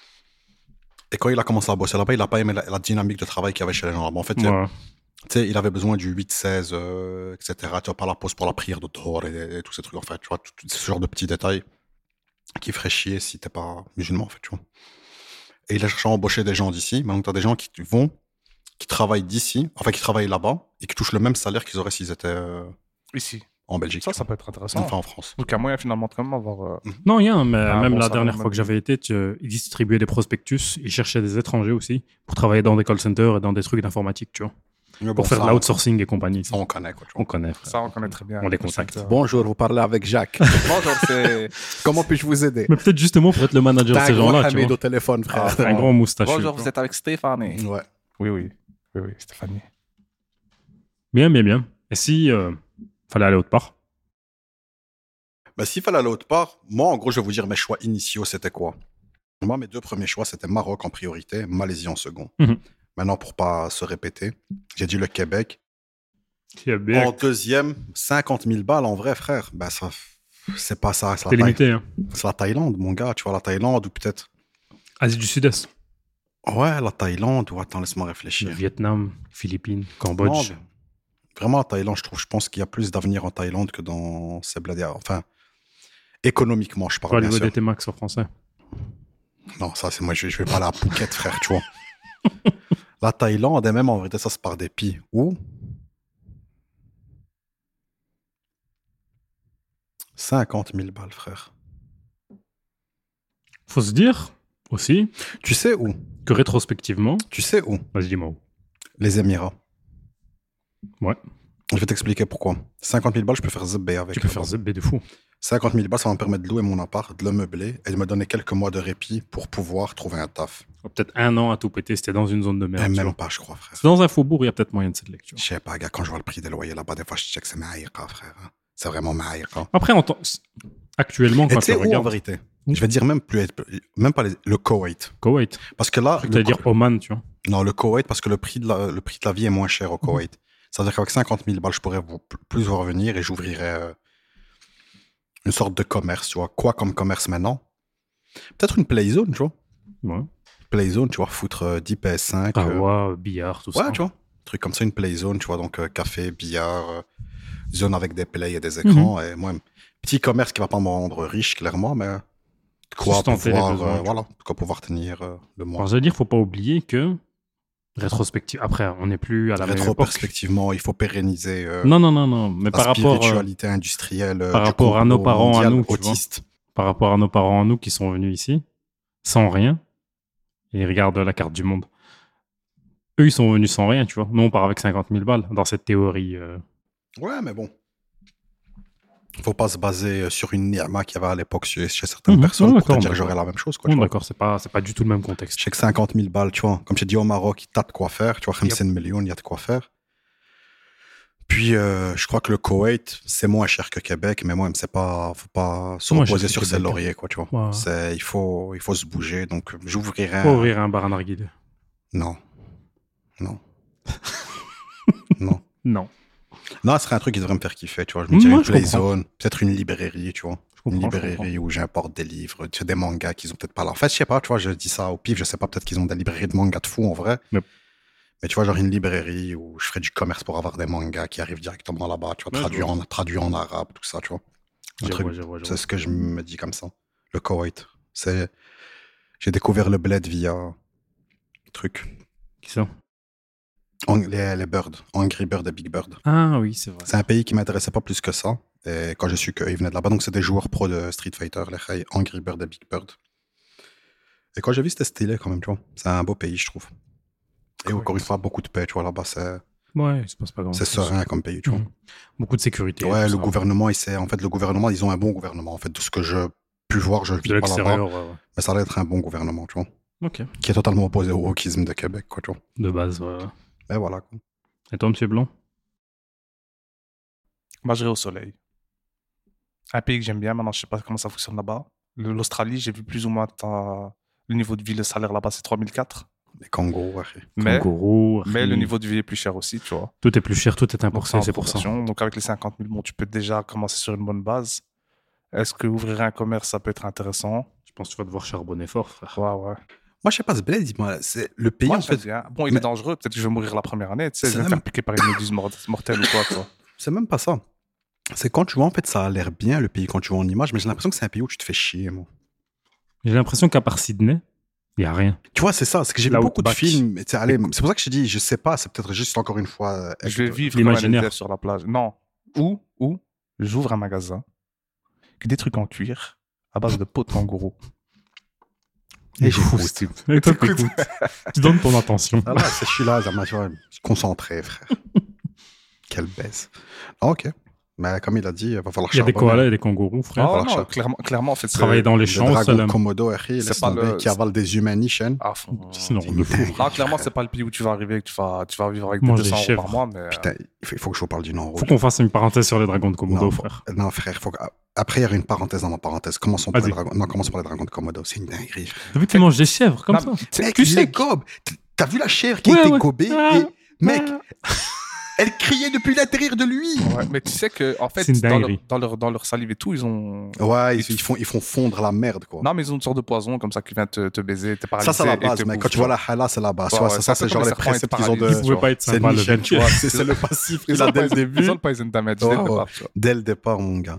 Et quand il a commencé à bosser là-bas, il n'a pas aimé la dynamique de travail qu'il y avait chez les gens là-bas. En fait, Ouais. tu sais, il avait besoin du 8-16, etc. Tu vois, pas la pause pour la prière de Thor et tous ces trucs, en fait. Tu vois, tout ce genre de petits détails qui feraient chier si t'es pas musulman, en fait, tu vois. Et il a cherché à embaucher des gens d'ici. Maintenant, tu as des gens qui travaillent d'ici, enfin, qui travaillent là-bas et qui touchent le même salaire qu'ils auraient s'ils étaient Ici. en Belgique. Ça peut être intéressant. Enfin, en France. Donc, il y a moyen finalement de quand même avoir. Non, il y a, mais Un même bon la salaire, dernière même. fois que j'avais été, ils distribuaient des prospectus, ils cherchaient des étrangers aussi pour travailler dans des call centers et dans des trucs d'informatique, tu vois. Mais bon, Pour faire de ça, l'outsourcing et compagnie. ça, on connaît, quoi. Tu vois. On connaît, frère. Ça, on connaît très bien. On les contacte. Bonjour, vous parlez avec Jacques. Bonjour, c'est. Comment puis-je vous aider? Mais peut-être justement pour être le manager de T'as ces un grand gens-là, tu Hamid vois. au téléphone, frère. Un grand moustachu. Bonjour, vous êtes avec Stéphanie. Ouais. Oui, Stéphanie. Bien. Et si fallait aller autre part? Bah, s'il fallait aller autre part, moi, en gros, je vais vous dire mes choix initiaux, c'était quoi? Moi, mes deux premiers choix, c'était Maroc en priorité, Malaisie en second. Mhm. Maintenant, pour pas se répéter, j'ai dit le Québec. C'est bien. En deuxième, 50 000 balles, en vrai, frère. Ben, ça, c'est pas ça. C'est T'es la, limité, hein. c'est la Thaïlande, mon gars. Tu vois, la Thaïlande, ou peut-être. Asie du Sud-Est. Ouais, la Thaïlande, ou attends, laisse-moi réfléchir. Vietnam, Philippines, Cambodge. Non, vraiment, la Thaïlande, je pense qu'il y a plus d'avenir en Thaïlande que dans ces bleds. Enfin, économiquement, je Pas parle au bien niveau sûr. des T-Max en français. Non, ça, c'est moi, je vais pas aller à Phuket, frère, tu vois. La Thaïlande, et même en vérité, ça se part dépit. Où 50 000 balles, frère. Faut se dire aussi Tu sais où que rétrospectivement, Tu sais où vas-y, dis-moi où. Les Émirats. Ouais. Je vais t'expliquer pourquoi. 50 000 balles, je peux faire zébé avec. Tu peux faire zébé de fou. 50 000 balles, ça va me permettre de louer mon appart, de le meubler et de me donner quelques mois de répit pour pouvoir trouver un taf. Peut-être 1 an à tout péter, c'était dans une zone de merde. Et tu même vois. pas, je crois, frère. C'est dans un faubourg, il y a peut-être moyen de cette lecture. Je sais pas, gars, quand je vois le prix des loyers là-bas, des fois, je check, c'est maïra, frère. C'est vraiment maïra. Après, actuellement, Et quand tu sais tu où, en regardes vérité Je vais dire même pas le Koweït. Koweït, Parce que là... tu vas dire Oman, tu vois. Non, le Koweït, parce que le prix de la vie est moins cher au Koweït. C'est-à-dire qu'avec 50 000 balles, je pourrais plus voir venir et j'ouvrirais une sorte de commerce, tu vois. Quoi comme commerce maintenant Peut-être une playzone, tu vois. Ouais. Playzone, tu vois, foutre 10 PS5. Billard, tout Ouais, ça. tu vois. Un truc comme ça, une playzone, tu vois. Donc, café, billard, zone avec des plays et des écrans. Et moi, petit commerce qui va pas me rendre riche, clairement, mais de quoi Sustenter les pouvoir, besoins, voilà, de quoi pouvoir tenir le mois. Alors, je veux dire, faut pas oublier que après, on n'est plus à la même époque. Rétrospectivement, il faut pérenniser Non, mais la par rapport, spiritualité industrielle par du rapport à nos Congo parents, à mondial nous, tu vois. autiste. par rapport à nos parents, à nous qui sont venus ici, sans rien, et ils regardent la carte du monde. Eux, ils sont venus sans rien, tu vois. Nous, on part avec 50 000 balles dans cette théorie. Ouais, mais bon. Faut pas se baser sur une ni'ma qu'il y avait à l'époque chez certaines personnes pour te dire que j'aurais la même chose. Quoi, Non, d'accord, c'est pas du tout le même contexte. Je sais que 50 000 balles, tu vois. Comme j'ai dit au Maroc, t'as de quoi faire. Tu vois, 50 millions, il y a de quoi faire. Puis, je crois que le Koweït, c'est moins cher que Québec, mais moi, faut pas se reposer sur ses lauriers, quoi, tu vois. Ouais. Il faut se bouger. Donc, j'ouvrirai Faut ouvrir un bar à narguilé. Non. Non. Non, ce serait un truc qui devrait me faire kiffer, tu vois. Je me dirais une playzone, peut-être une librairie, tu vois. Une librairie où j'importe des livres, tu sais, des mangas qu'ils ont peut-être pas là. En fait, je sais pas, tu vois, je dis ça au pif, je sais pas, peut-être qu'ils ont des librairies de mangas de fou en vrai. Yep. Mais tu vois, genre une librairie où je ferais du commerce pour avoir des mangas qui arrivent directement là-bas, tu vois, traduits en arabe, tout ça, tu vois. C'est ce que je me dis comme ça. Le Koweït. J'ai découvert le bled via truc. Qui ça? Les Birds, Angry Bird et Big Bird. Ah oui, c'est vrai. C'est un pays qui m'intéressait pas plus que ça. Et quand j'ai su qu'ils venaient de là-bas, donc c'est des joueurs pro de Street Fighter, les Angry Bird et Big Bird. Et quand j'ai vu, c'était stylé quand même, tu vois. C'est un beau pays, je trouve. Et encore une fois, beaucoup de paix, tu vois, là-bas, ouais, il se passe pas grand-chose. C'est serein comme pays, tu vois. Beaucoup de sécurité. Ouais, le gouvernement, le gouvernement, ils ont un bon gouvernement. En fait, de ce que je pu voir, je vis pas là-bas. Ouais. Mais ça allait être un bon gouvernement, tu vois. Ok. Qui est totalement opposé au wokisme de Québec, quoi, tu vois. De base, ouais. Et voilà, quoi. Et toi, monsieur Blanc? Moi, j'irai au soleil. Un pays que j'aime bien, maintenant, je sais pas comment ça fonctionne là-bas. L'Australie, j'ai vu plus ou moins le niveau de vie, le salaire là-bas, c'est 3004. Les kangourous, mais le niveau de vie est plus cher aussi, tu vois. Tout est plus cher, tout est importé, c'est pour ça. Donc avec les 50 000, bon, tu peux déjà commencer sur une bonne base. Est-ce que ouvrir un commerce, ça peut être intéressant? Je pense que tu vas devoir charbonner fort, frère. Ouais. Moi, je sais pas, ce bled, dis-moi, c'est le pays, moi, en fait... Bien. Bon, il est dangereux, peut-être que je vais mourir la première année, tu sais, je vais me faire piquer par une méduse mortelle ou quoi. C'est même pas ça. C'est quand tu vois, en fait, ça a l'air bien, le pays, quand tu vois en image, mais j'ai l'impression que c'est un pays où tu te fais chier, moi. J'ai l'impression qu'à part Sydney, il n'y a rien. Tu vois, c'est ça, c'est que j'ai vu beaucoup de films. C'est pour ça que je te dis, je sais pas, c'est peut-être juste encore une fois... je vais vivre l'imaginaire sur la plage. Non. Où j'ouvre un magasin, des trucs en cuir, à base de peau de kangourou. Et j'écoute. Et toi, t'écoutes. Tu donnes ton attention. Ah là, je suis là, tu vois, concentré, frère. Quelle baisse. Ah, ok. Mais comme il a dit, il va falloir charbonner. Il y a des koalas et des kangourous, frère. Oh, non, clairement, en fait, travailler dans les champs, le dragon Komodo, c'est pas qui avale des humains nichen. Sinon, le fou. Non, clairement, c'est pas le pays où tu vas arriver, que tu vas vivre avec des 200 € par mois. Mais... Putain, il faut que je vous parle du Nord. Faut qu'on fasse une parenthèse sur les dragons de Komodo, frère. Non, frère, après, il y aura une parenthèse dans ma parenthèse. Commençons par les dragons de Komodo. C'est une dinguerie. T'as vu qu'ils mangent des chèvres comme ça? Tu sais, Gob, t'as vu la chèvre qui a été gobée? Mec, elle criait depuis l'intérieur de lui. Ouais, mais tu sais que en fait, dans leur salive et tout, ils ont. Ouais, ils font fondre la merde, quoi. Non, mais ils ont une sorte de poison comme ça qui vient te baiser, t'es paralysé. Ça, c'est la base, mais quand tu vois la hala, c'est la base. Ça, c'est genre les préceptes qu'ils ont de. Ils pouvaient pas être sympa, tu vois. C'est le passif qu'il a dès le début. Ils ont le poison damage dès le départ. Dès le départ, mon gars.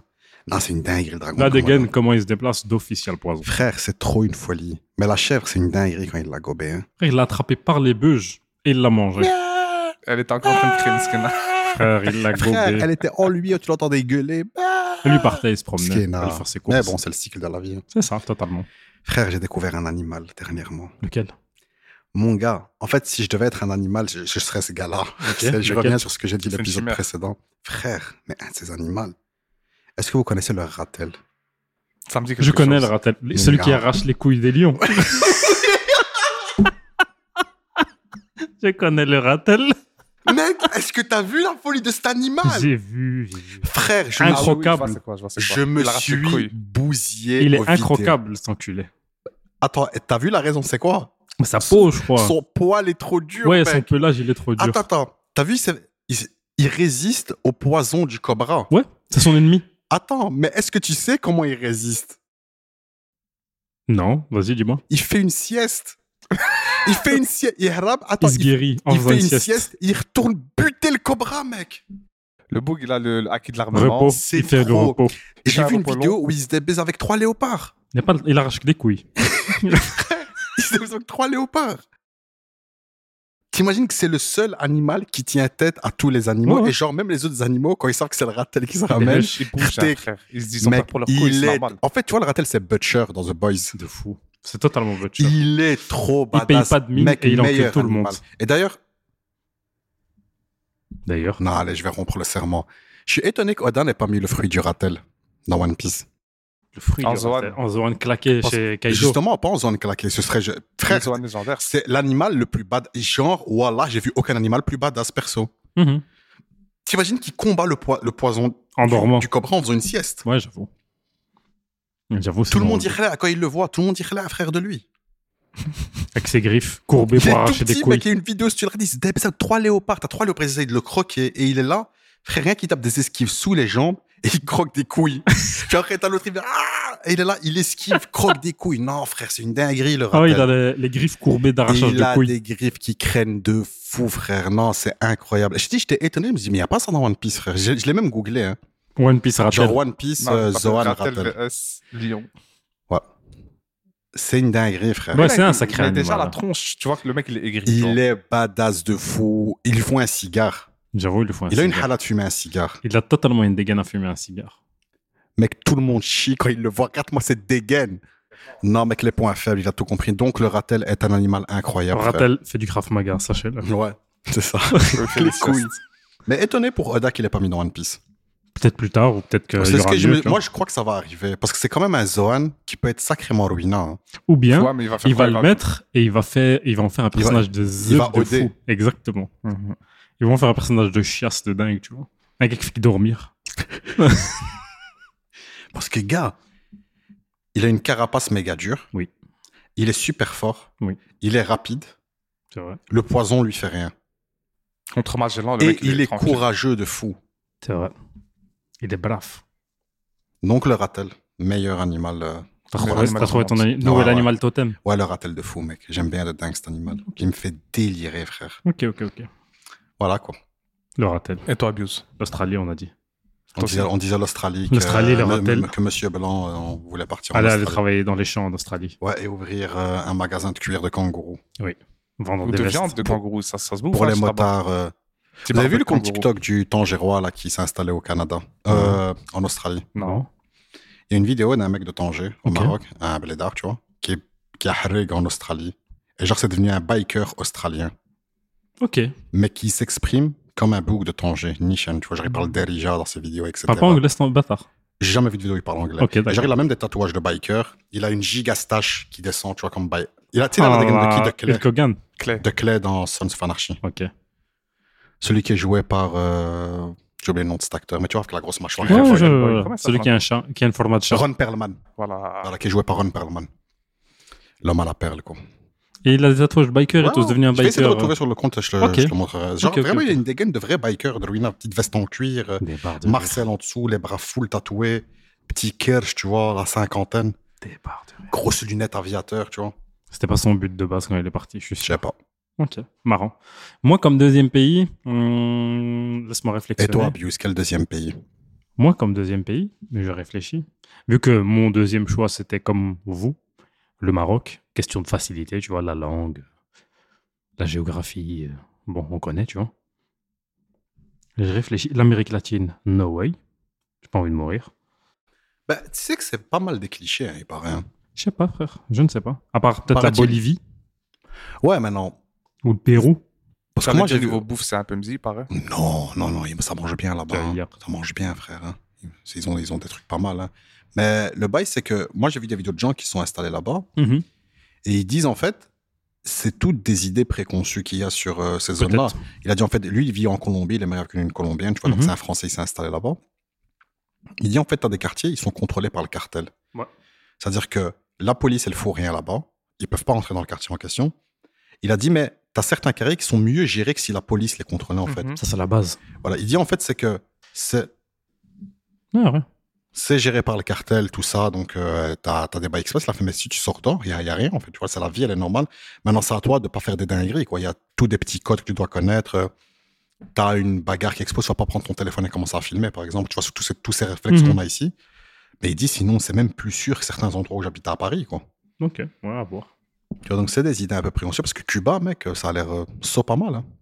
Non, c'est une dinguerie, le dragon. La de Komodo. dégaine, comment il se déplace d'officiel poison. Frère, c'est trop une folie. Mais la chèvre, c'est une dinguerie quand il l'a gobé. Hein. Frère, il l'a attrapé par les beuges et il l'a mangé. Elle était encore en train de crier, Skina. Frère, il l'a Frère, gobé. elle était en lui, tu l'entendais gueuler. Lui partait, il se promenait. Skina. Il allait faire ses courses. Mais bon, c'est le cycle de la vie. Hein. C'est ça, totalement. Frère, j'ai découvert un animal dernièrement. Lequel? Mon gars, en fait, si je devais être un animal, je serais ce gars-là. Je lequel? reviens sur ce que j'ai dit C'est une l'épisode chimère. précédent. Frère, mais un de ces animaux. Est-ce que vous connaissez le ratel? Ça me dit quelque Je connais chose. le ratel. Celui qui gars. arrache les couilles des lions. Je connais le ratel. Mec, est-ce que t'as vu la folie de cet animal? J'ai vu. Frère, je Ah me oui, suis, Incroquable. je vois c'est quoi, je vois c'est quoi. je me Il arrache les suis couilles. bousillé. Il au est incroquable, cet enculé. Attends, t'as vu la raison, c'est quoi? Sa peau, je crois. Son poil est trop dur, Ouais, mec. son pelage, il est trop dur. Attends. T'as vu, il résiste au poison du cobra. Ouais, c'est son ennemi. Attends, mais est-ce que tu sais comment il résiste? Non, vas-y, dis-moi. Il fait une sieste. Il fait une sieste. Attends, Il se guérit en il faisant fait une une sieste. sieste. Il retourne buter le cobra, mec. Le bug, il a le acquis de l'armement. Repos, c'est il fait le trop. repos. Et j'ai un vu une repos vidéo où il se débaise avec 3 léopards. Il arrache que des couilles. Il se débaise avec 3 léopards. T'imagines que c'est le seul animal qui tient tête à tous les animaux. Ouais. Et genre, même les autres animaux, quand ils savent que c'est le ratel qui se les ramène, lèches. Ils bougent, T'es- frère. Ils se disent, ils ont mec, peur pour leur couilles, c'est il est... normal. En fait, tu vois, le ratel, c'est Butcher dans The Boys. De fou. C'est totalement butcher. Il est trop Il badass. paye pas de mine mec, et il encule meilleur tout le animal. monde. Et d'ailleurs, D'ailleurs. non, allez, je vais rompre le serment. Je suis étonné qu'Oda n'ait pas mis le fruit du ratel dans One Piece. Le fruit En du Zoan. ratel. En Zoan claqué Parce- chez Kaido. Justement, pas en zone claquée. Ce serait... Frère, Les zones légendaires. c'est l'animal le plus badass. Genre, voilà, j'ai vu aucun animal plus badass perso. Mhm. T'imagines qu'il combat le poison En dormant. du cobra en faisant une sieste. Ouais, j'avoue. J'avoue, c'est Tout le bon. monde dirait là, quand il le voit, tout le monde dirait là, un frère de lui. Avec ses griffes courbées Il pour est tout arracher des petit, couilles. mec, il y a une vidéo, si tu le regardes, il se débaisse avec 3 léopards. T'as 3 léopards, ils essayent de le croquer et il est là. Frère, rien qu'il tape des esquives sous les jambes et il croque des couilles. Puis après, t'as l'autre, il fait ah! Et il est là, il esquive, croque des couilles. Non, frère, c'est une dinguerie, le Ah ouais, ratel. il a les griffes courbées d'arrachage Il de a couilles. des griffes qui craignent de fou, frère. Non, c'est incroyable. Je te dis, j'étais étonné. Je me dis, mais il n'y a pas ça dans One Piece, frère. Je l'ai même googlé. Hein. One Piece ratel. Genre One Piece, Non, Zoan Ratel Ratel. VS Lion. Ouais. C'est une dinguerie, frère. Ouais, c'est un sacré Mais animal. déjà, la hein. tronche, tu vois que le mec, il est aigri. Il est badass de fou. Ils lui font un cigare. J'avoue, il lui faut un Il a une cigare. halade de fumer un cigare. Il a totalement une dégaine à fumer un cigare. Mec, tout le monde chie quand il le voit. Regarde-moi cette dégaine. Non, mec, les points faibles, il a tout compris. Donc, le ratel est un animal incroyable. frère. Ratel fait du Krav Maga, sachez-le. Ouais, c'est ça. Les les couilles. Mais étonné pour Oda qu'il l'ait pas mis dans One Piece. Peut-être plus tard, ou peut-être qu'il C'est y ce aura que mieux, tu vois. moi, je crois que ça va arriver. Parce que c'est quand même un Zoan qui peut être sacrément ruinant. Hein. Ou bien, Ouais, mais il va faire il va quoi, le mettre et il va en faire un Il va- personnage de il zeb va de OD. fou. Exactement. Mhm. Ils vont faire un personnage de chiasse de dingue, tu vois. Un gars qui fait dormir. Parce que, gars, il a une carapace méga dure. Oui. Il est super fort. Oui. Il est rapide. C'est vrai. Le poison lui fait rien. Contre Magellan, le Et mec, il est tranquille. courageux de fou. C'est vrai. Il est brave. Donc, le ratel, meilleur animal. T'as C'est trouvé, vrai, t'as trouvé ton ouais, nouvel ouais. animal totem. Ouais, le ratel de fou, mec. J'aime bien de dingue cet animal. Il me fait délirer, frère. Ok. Voilà, quoi. Le ratel. Et toi, Abuse. L'Australie, on a dit. On disait l'Australie. L'Australie, le ratel. Que Monsieur Blanc, on voulait partir en Aller Australie. travailler dans les champs en Australie. Ouais, et ouvrir un magasin de cuir de kangourou. Vendre Ou des de vestes. viande de kangourou, ça se bouffe. Pour hein, les là-bas. motards. Petit Vous avez vu barbecue le compte kangourou. TikTok du Tangérois là, qui s'est installé au Canada, en Australie? Non. Il y a une vidéo d'un mec de Tanger, au Ok. Maroc, un blédard, tu vois, qui a harrig en Australie. Et genre, c'est devenu un biker australien, Ok. mais qui s'exprime comme un bouc de Tanger, Nishan, tu vois. Genre, il parle d'Erija dans ses vidéos, etc. Parle pas anglais, c'est un bâtard. J'ai jamais vu de vidéo où il parle anglais. Ok, Et d'accord. genre, il a même des tatouages de biker. Il a une gigastache qui descend, tu vois, comme biker. Il a, tu sais, la dégaine de qui? De Clay. Hulk Hogan. Clé. De Clay dans Sons of Anarchy. Ok. Celui qui est joué par... j'ai oublié le nom de cet acteur, mais tu vois, avec la grosse mâchoire. Ouais, Ouais, Boy, je- Boy, comment ça Celui s'appelle qui a un chat, qui a une format de chat. Ron Perlman. Voilà. Voilà, qui est joué par Ron Perlman. L'homme à la perle, quoi. Et il a des tatouages biker et Ouais, tout, c'est devenu un je vais essayer de biker. retrouver sur le compte, je te Ok. je te montrerai. Genre, Ok, ok, vraiment, ok. il a une dégaine de vrai biker, de ruina, petite veste en cuir, Des barres de Marcel en dessous, les bras full tatoués, petit kirsch, tu vois, la cinquantaine, rire. Des barres de rire. grosses lunettes aviateur, tu vois. C'était pas son but de base quand il est parti, je suis Je sûr. sais pas. Ok, marrant. Moi, comme deuxième pays, laisse-moi Et réflexionner. toi, Abuse, quel deuxième pays? Moi, comme deuxième pays, mais je réfléchis. Vu que mon deuxième choix, c'était comme vous, le Maroc. Question de facilité, tu vois, la langue, la géographie. Bon, on connaît, tu vois. Je réfléchis. L'Amérique latine, no way. J'ai pas envie de mourir. Bah, tu sais que c'est pas mal des clichés, hein, il paraît. Hein. Je sais pas, frère. Je ne sais pas. À part peut-être la Paraît-il. Bolivie Ouais, mais non. ou le Pérou. Parce Ça que moi, j'ai vu vu. niveau bouffe, c'est un peu mzi, pareil. Non, ça mange bien là-bas. hein. Caviar. Ça mange bien, frère. hein. Ils ont des trucs pas mal. hein. Mais le bail, c'est que moi, j'ai vu des vidéos de gens qui sont installés là-bas Mhm. et ils disent en fait, c'est toutes des idées préconçues qu'il y a sur ces zones-là. Peut-être. Il a dit en fait, lui, il vit en Colombie, il est meilleur qu'une Colombienne, tu vois, donc Mhm. c'est un Français, il s'est installé là-bas. Il dit en fait, t'as des quartiers, ils sont contrôlés par le cartel. Ouais. C'est-à-dire que la police, elle fout rien là-bas. Ils peuvent pas rentrer dans le quartier en question. Il a dit, mais t'as certains quartiers qui sont mieux gérés que si la police les contrôlait en fait. Mhm. Ça, c'est la base. Voilà. Il dit en fait, c'est que c'est Ouais. c'est géré par le cartel, tout ça. Donc, t'as des bails express. Il a fait, mais si tu sors dehors, il y a rien, en fait. Tu vois, c'est la vie, elle est normale. Maintenant, c'est à toi de pas faire des dingueries, quoi. Il y a tous des petits codes que tu dois connaître. T'as une bagarre qui explose, tu vas pas prendre ton téléphone et commencer à filmer, par exemple. Tu vois, sur tous ces réflexes Mhm. qu'on a ici. Mais il dit, sinon, c'est même plus sûr que certains endroits où j'habite à Paris, quoi. Ok, ouais, à voir. Tu vois, donc c'est des idées un peu préconçues. Parce que Cuba, mec, ça a l'air pas mal, hein.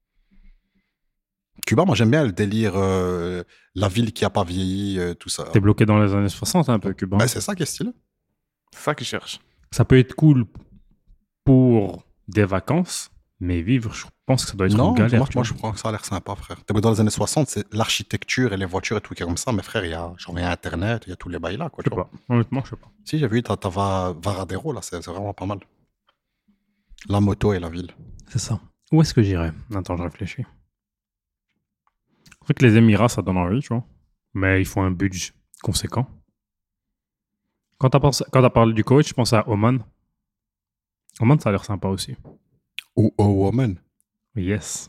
Cuba, moi, j'aime bien le délire, la ville qui a pas vieilli, tout ça. T'es bloqué dans les années 60 un peu, Cuba. Ouais, c'est ça qui est stylé. C'est ça qu'ils cherchent. Ça peut être cool pour des vacances, mais vivre, je pense que ça doit être Non, une galère. moi, tu moi, vois. je crois que ça a l'air sympa, frère. Dans les années 60, c'est l'architecture et les voitures et tout qui est comme ça. Mais frère, il y a Internet, il y a tous les bails là, quoi. Je tu sais vois. pas. Honnêtement, je sais pas. Si, j'ai vu, t'as Varadero, là, c'est vraiment pas mal. La moto et la ville. C'est ça. Où est-ce que j'irais? Attends, je réfléchis. C'est vrai que les Émirats, ça donne envie, tu vois. Mais il faut un budget conséquent. Quand t'as parlé du Koweït, je pense à Oman. Oman, ça a l'air sympa aussi. Ou Woman. Yes.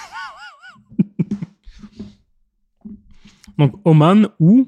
Donc, Oman ou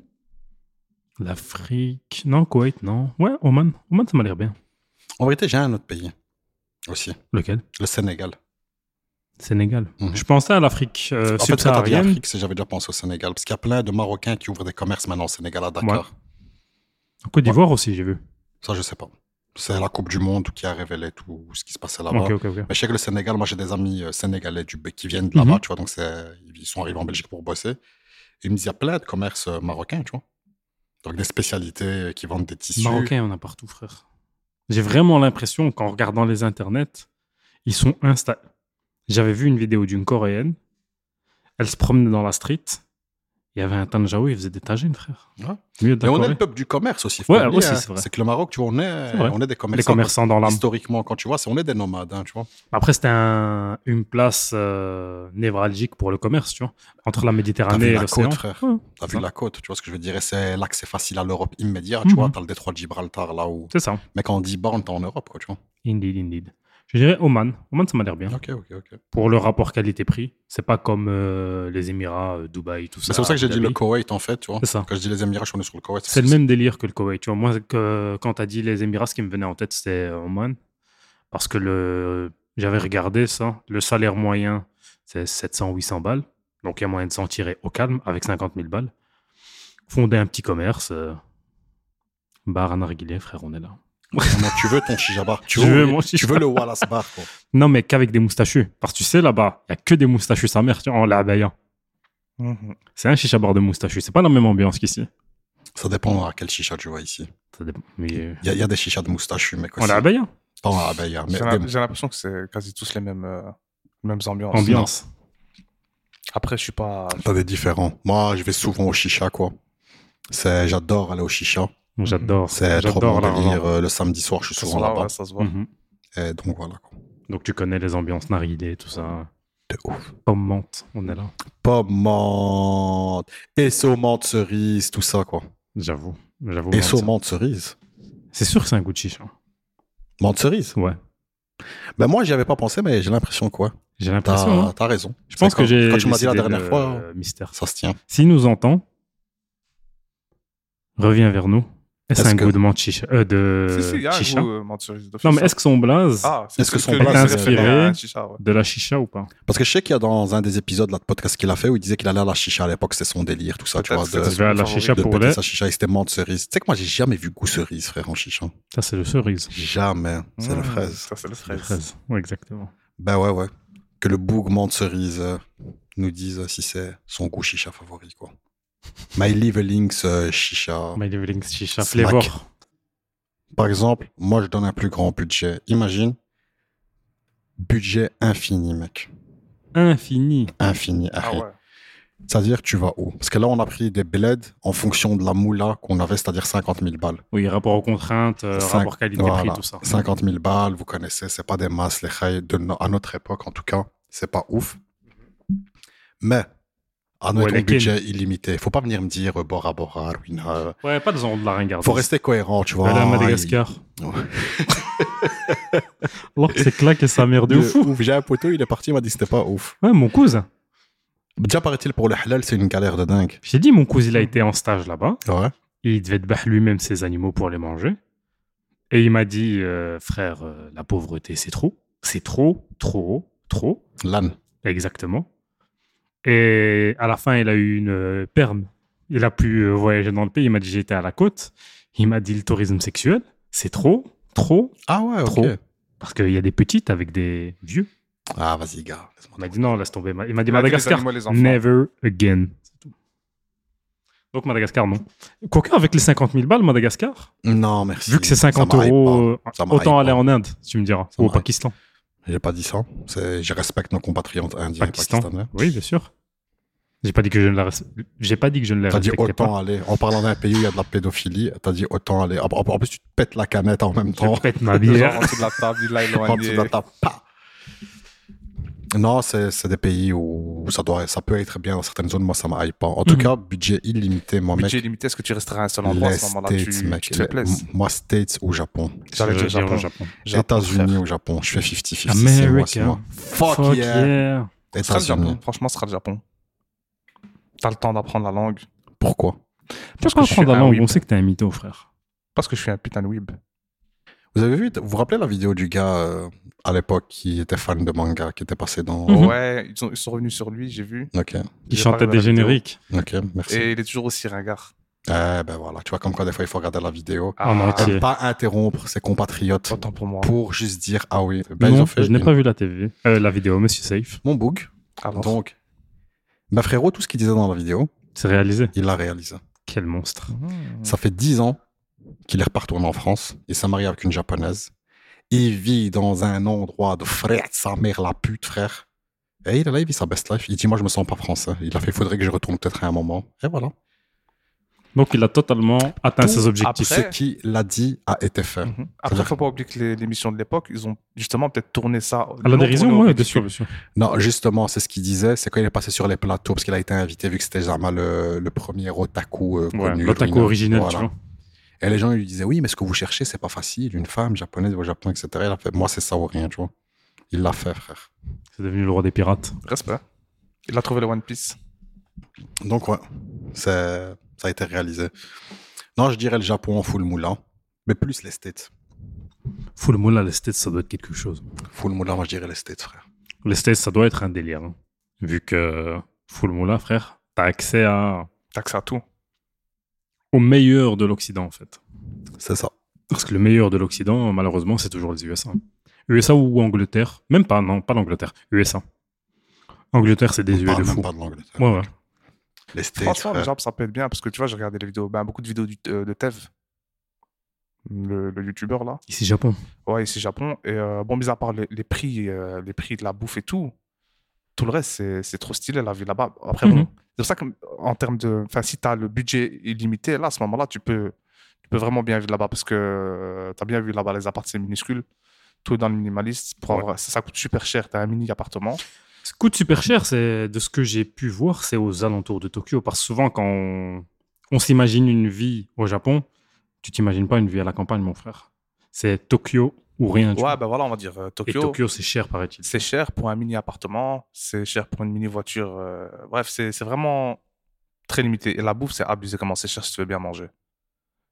l'Afrique. Non, Koweït, non. Ouais, Oman. Oman, ça m'a l'air bien. En vérité, j'ai un autre pays aussi. Lequel? Le Sénégal. Sénégal. Mhm. Je pensais à l'Afrique En fait, quand t'as dit subsaharienne. Afrique, j'avais déjà pensé au Sénégal. Parce qu'il y a plein de Marocains qui ouvrent des commerces maintenant au Sénégal, à Dakar. En Côte d'Ivoire aussi, j'ai vu. Ça, je sais pas. C'est la Coupe du Monde qui a révélé tout ce qui se passait là-bas. Ok. Mais je sais que le Sénégal, moi j'ai des amis sénégalais qui viennent de là-bas, Mhm. tu vois, donc ils sont arrivés en Belgique pour bosser. Et ils me disent, il y a plein de commerces marocains, tu vois. Donc des spécialités qui vendent des tissus. Marocains, on a partout, frère. J'ai vraiment l'impression qu'en regardant les internets, ils sont installés. J'avais vu une vidéo d'une Coréenne. Elle se promenait dans la street. Il y avait un Tanjaou, il faisait des tagines, frère. Ouais. Milieu de Et la on est Corée. le peuple du commerce aussi. Ouais, faut pas oublier, aussi, hein. c'est vrai. C'est que le Maroc, tu vois, on C'est vrai. est des commerçants. Les commerçants dans l'âme. Historiquement, quand tu vois, on est des nomades, hein, tu vois. Après, c'était une place névralgique pour le commerce, tu vois. Entre la T'as Méditerranée vu et la l'océan. côte, frère. Ouais, T'as c'est vu ça. la côte, tu vois ce que je veux dire. Et c'est l'accès facile à l'Europe immédiat, tu Mhm. vois. T'as le détroit de Gibraltar là où. C'est ça. Mais quand on dit borne, t'es en Europe, quoi, tu vois. Indeed. Je dirais Oman. Oman, ça m'a l'air bien. Ok. Pour le rapport qualité-prix. C'est pas comme les Émirats, Dubaï, tout ça. C'est pour ça que j'ai dit Abu le Dhabi. Koweït, en fait, tu vois. C'est ça. Quand je dis les Émirats, je suis sur le Koweït. C'est le même délire que le Koweït. Tu vois, moi, quand tu as dit les Émirats, ce qui me venait en tête, c'était Oman. Parce que j'avais regardé ça. Le salaire moyen, c'est 700-800 balles. Donc, il y a moyen de s'en tirer au calme avec 50 000 balles. Fonder un petit commerce. Bar à narguilé, frère, on est là. Vraiment, tu veux ton chicha bar. Je veux mon Tu chicha veux le Wallace bar, quoi. Non, mais qu'avec des moustachus. Parce que tu sais, là-bas, il n'y a que des moustachus, sa mère, tu vois, en l'abaya. Mhm. C'est un chicha bar de moustachus. C'est pas la même ambiance qu'ici. Ça dépend à quel chicha tu vois ici. Ça dépend. Mais Il y a des chichas de moustachus, mec. en Aussi. l'abaya. Pas en abaya, mais J'ai l'impression que c'est quasi tous les mêmes ambiances. Ambiance. Après, je suis pas. t'as des différents. Moi, je vais souvent au chicha, quoi. J'adore aller au chicha. J'adore. C'est trop bon J'adore délire. Le samedi soir, je suis Ça souvent se voit, là-bas. ouais, ça se voit. Mhm. Et donc voilà, quoi. Donc tu connais les ambiances narguilé, tout ça. De ouf. Pomme menthe, on est là. Pomme menthe. Et menthe cerise, tout ça, quoi. J'avoue. Et menthe cerise. C'est sûr que c'est un goût de chicha. Menthe cerise. Ouais. Ben moi, j'y avais pas pensé, mais j'ai l'impression que ouais. J'ai l'impression. hein. T'as raison. Je pense que j'ai. Quand tu m'as dit la décidé dernière le fois, Mystère. ça se tient. S'il nous entend, reviens vers nous Est-ce un goût de menthe chicha Si, il y a chicha un goût menthe cerise d'office. Non, mais est-ce que son blaze Est-ce que son lui, blaze c'est est référé inspiré à un chicha, ouais. de la chicha ou pas? Parce que je sais qu'il y a dans un des épisodes là, de podcast qu'il a fait où il disait qu'il allait à la chicha à l'époque, c'était son délire, tout ça, tu vois. Peut-être, Je vais à la chicha De pour péter lait. sa chicha, et c'était menthe cerise. Tu sais que moi, j'ai jamais vu goût cerise, frère, en chicha. Ça, c'est le cerise. Jamais. C'est la fraise. Ça, c'est le Le fraise. fraise. Oui, exactement. Ben ouais. Que le boug menthe cerise nous dise si c'est son goût chicha favori, quoi. My Levelings chicha. My Levelings chicha Smack. flavor. Par exemple, moi, je donne un plus grand budget. Imagine, budget infini, mec. Infini. Infini. Ah arrête. ouais. C'est-à-dire, tu vas où? Parce que là, on a pris des bleds en fonction de la moula qu'on avait, c'est-à-dire 50 000 balles. Oui, rapport aux contraintes, rapport qualité-prix, Voilà, tout ça. 50 000 balles, vous connaissez, c'est pas des masses, les khaïs, à notre époque, en tout cas, c'est pas ouf. Mais, avec Ouais, un lesquels budget illimité, faut pas venir me dire Bora Bora, Ruina. Ouais, pas dans de la ringarde. Faut rester cohérent, tu vois. Aller à Madagascar. Alors que c'est claque et sa mère de fou. Ouf. J'ai un poteau, il est parti, il m'a dit que c'était pas ouf. Ouais, mon cousin. Déjà, paraît-il, pour le halal, c'est une galère de dingue. J'ai dit, mon cousin, il a été en stage là-bas. Ouais. Et il devait battre lui-même ses animaux pour les manger. Et il m'a dit, frère, la pauvreté, c'est trop. C'est trop. L'âne. Exactement. Et à la fin, il a eu une perme. Il a pu voyager dans le pays. Il m'a dit, j'étais à la côte. Il m'a dit, le tourisme sexuel, c'est trop. Ah ouais, ok. Trop. Parce qu'il y a des petites avec des vieux. Ah, vas-y, gars. Il m'a dit, non, laisse tomber. Il m'a dit, Il a dit les Madagascar, animaux et les enfants. never again. C'est tout. Donc, Madagascar, non. Quoique, avec les 50 000 balles, Madagascar, Non, merci. vu que c'est 50 Ça m'arrive euros, pas. Ça m'arrive autant aller pas. en Inde, tu me diras. Ça Ou au m'arrive. Pakistan. J'ai pas dit ça. Je respecte nos compatriotes indiens Pakistan. et pakistanais. Oui, bien sûr. J'ai pas dit que je ne la J'ai pas dit que je ne la T'as dit respectais autant pas. aller. En parlant d'un pays où il y a de la pédophilie, t'as dit autant aller. En plus, tu te pètes la canette en même temps. Je pète ma Genre bière. en dessous de la table, il l'a En dessous éloigné. de la table. Pa. Non, c'est des pays où ça peut être bien dans certaines zones. Moi, ça m'aille pas. En tout cas, budget illimité, moi, Budget mec. limité, est-ce que tu resteras à un seul endroit à Les ce moment-là? States, mec. Tu te fais plaisir. Moi, States ou Japon. J'allais dire Je vais Japon. Japon. frère. États-Unis ou Japon. Je fais 50-50. c'est moi, c'est moi. America. Fuck yeah. Ce sera le Japon. États-Unis. Franchement, ce sera le Japon. T'as le temps d'apprendre la langue. Pourquoi? Parce Pourquoi que je suis apprendre la un langue? weeb. On sait que t'es un mytho, frère. Parce que je suis un putain de weeb. Vous avez vu, vous vous rappelez la vidéo du gars à l'époque qui était fan de manga, qui était passé dans. Mhm. Ouais, ils sont revenus sur lui, j'ai vu. Ok, Qui J'ai chantait pas regardé des la vidéo. génériques. ok, merci. Et il est toujours aussi ringard. Ben voilà, tu vois comme quoi des fois il faut regarder la vidéo. En entier. Et pas interrompre ses compatriotes Autant pour moi. pour juste dire ah oui. Ben, ils Non, ont fait je n'ai une- pas vu la TV. La vidéo, monsieur Safe. Mon boug. Alors, Donc, ben frérot, tout ce qu'il disait dans la vidéo, C'est réalisé. il l'a réalisé. Quel monstre. Ça fait 10 ans qu'il est repartourné en France. Il s'est marié avec une japonaise. Il vit dans un endroit de frère, sa mère la pute, frère. Et il est là, il vit sa best life. Il dit moi je me sens pas français. Il a fait, il faudrait que je retourne peut-être à un moment. Et voilà. Donc, il a totalement atteint Tout ses objectifs. après- Ce qu'il a dit a été fait. Mhm. Après, faut pas oublier que l'émission de l'époque, ils ont justement peut-être tourné ça. À la dérision, tourné au ouais, bien sûr, ridicule. bien sûr. Non, justement, c'est ce qu'il disait. C'est quand il est passé sur les plateaux, parce qu'il a été invité, vu que c'était jamais le premier otaku Ouais, connu. l'otaku ruineux. originel, Voilà. tu vois. Et les gens lui disaient, oui, mais ce que vous cherchez, c'est pas facile. Une femme japonaise au Japon, etc. Il a fait, moi, c'est ça ou rien, tu vois. Il l'a fait, frère. C'est devenu le roi des pirates. Respect. Il a trouvé le One Piece. Donc, ouais, ça a été réalisé. Non, je dirais le Japon en full moula, mais plus les States. Full moula, les States, ça doit être quelque chose. Full moula, moi, je dirais les States, frère. Les States, ça doit être un délire. Hein. Vu que full moula, frère, t'as accès T'as accès à tout. au meilleur de l'Occident, en fait. C'est ça. Parce que le meilleur de l'Occident, malheureusement, c'est toujours les USA. USA ou Angleterre. Même pas, non, pas l'Angleterre. USA. Angleterre, c'est des On yeux parle de même fou. pas de l'Angleterre. Ouais, ouais. Les States, Franchement, le frère. Japon, ça peut être bien parce que tu vois, j'ai regardé les vidéos, beaucoup de vidéos de Tev, le youtubeur là. Ici, Japon. Ouais, ici Japon. Et bon, mis à part les prix de la bouffe et tout le reste, c'est trop stylé la vie là-bas. Après, Mhm. bon, c'est pour ça qu'en termes de. Enfin, si tu as le budget illimité, là, à ce moment-là, tu peux vraiment bien vivre là-bas parce que tu as bien vu là-bas, les appartements, c'est minuscule. Tout est dans le minimaliste. Ça coûte super cher. Tu as un mini appartement. Ce qui coûte super cher, c'est de ce que j'ai pu voir, c'est aux alentours de Tokyo. Parce que souvent, quand on s'imagine une vie au Japon, tu t'imagines pas une vie à la campagne, mon frère. C'est Tokyo ou rien. tu Ouais, vois. ben voilà, on va dire Et Tokyo. Tokyo, c'est cher, paraît-il. C'est cher pour un mini appartement, c'est cher pour une mini voiture. Bref, c'est vraiment très limité. Et la bouffe, c'est abusé comment c'est cher si tu veux bien manger.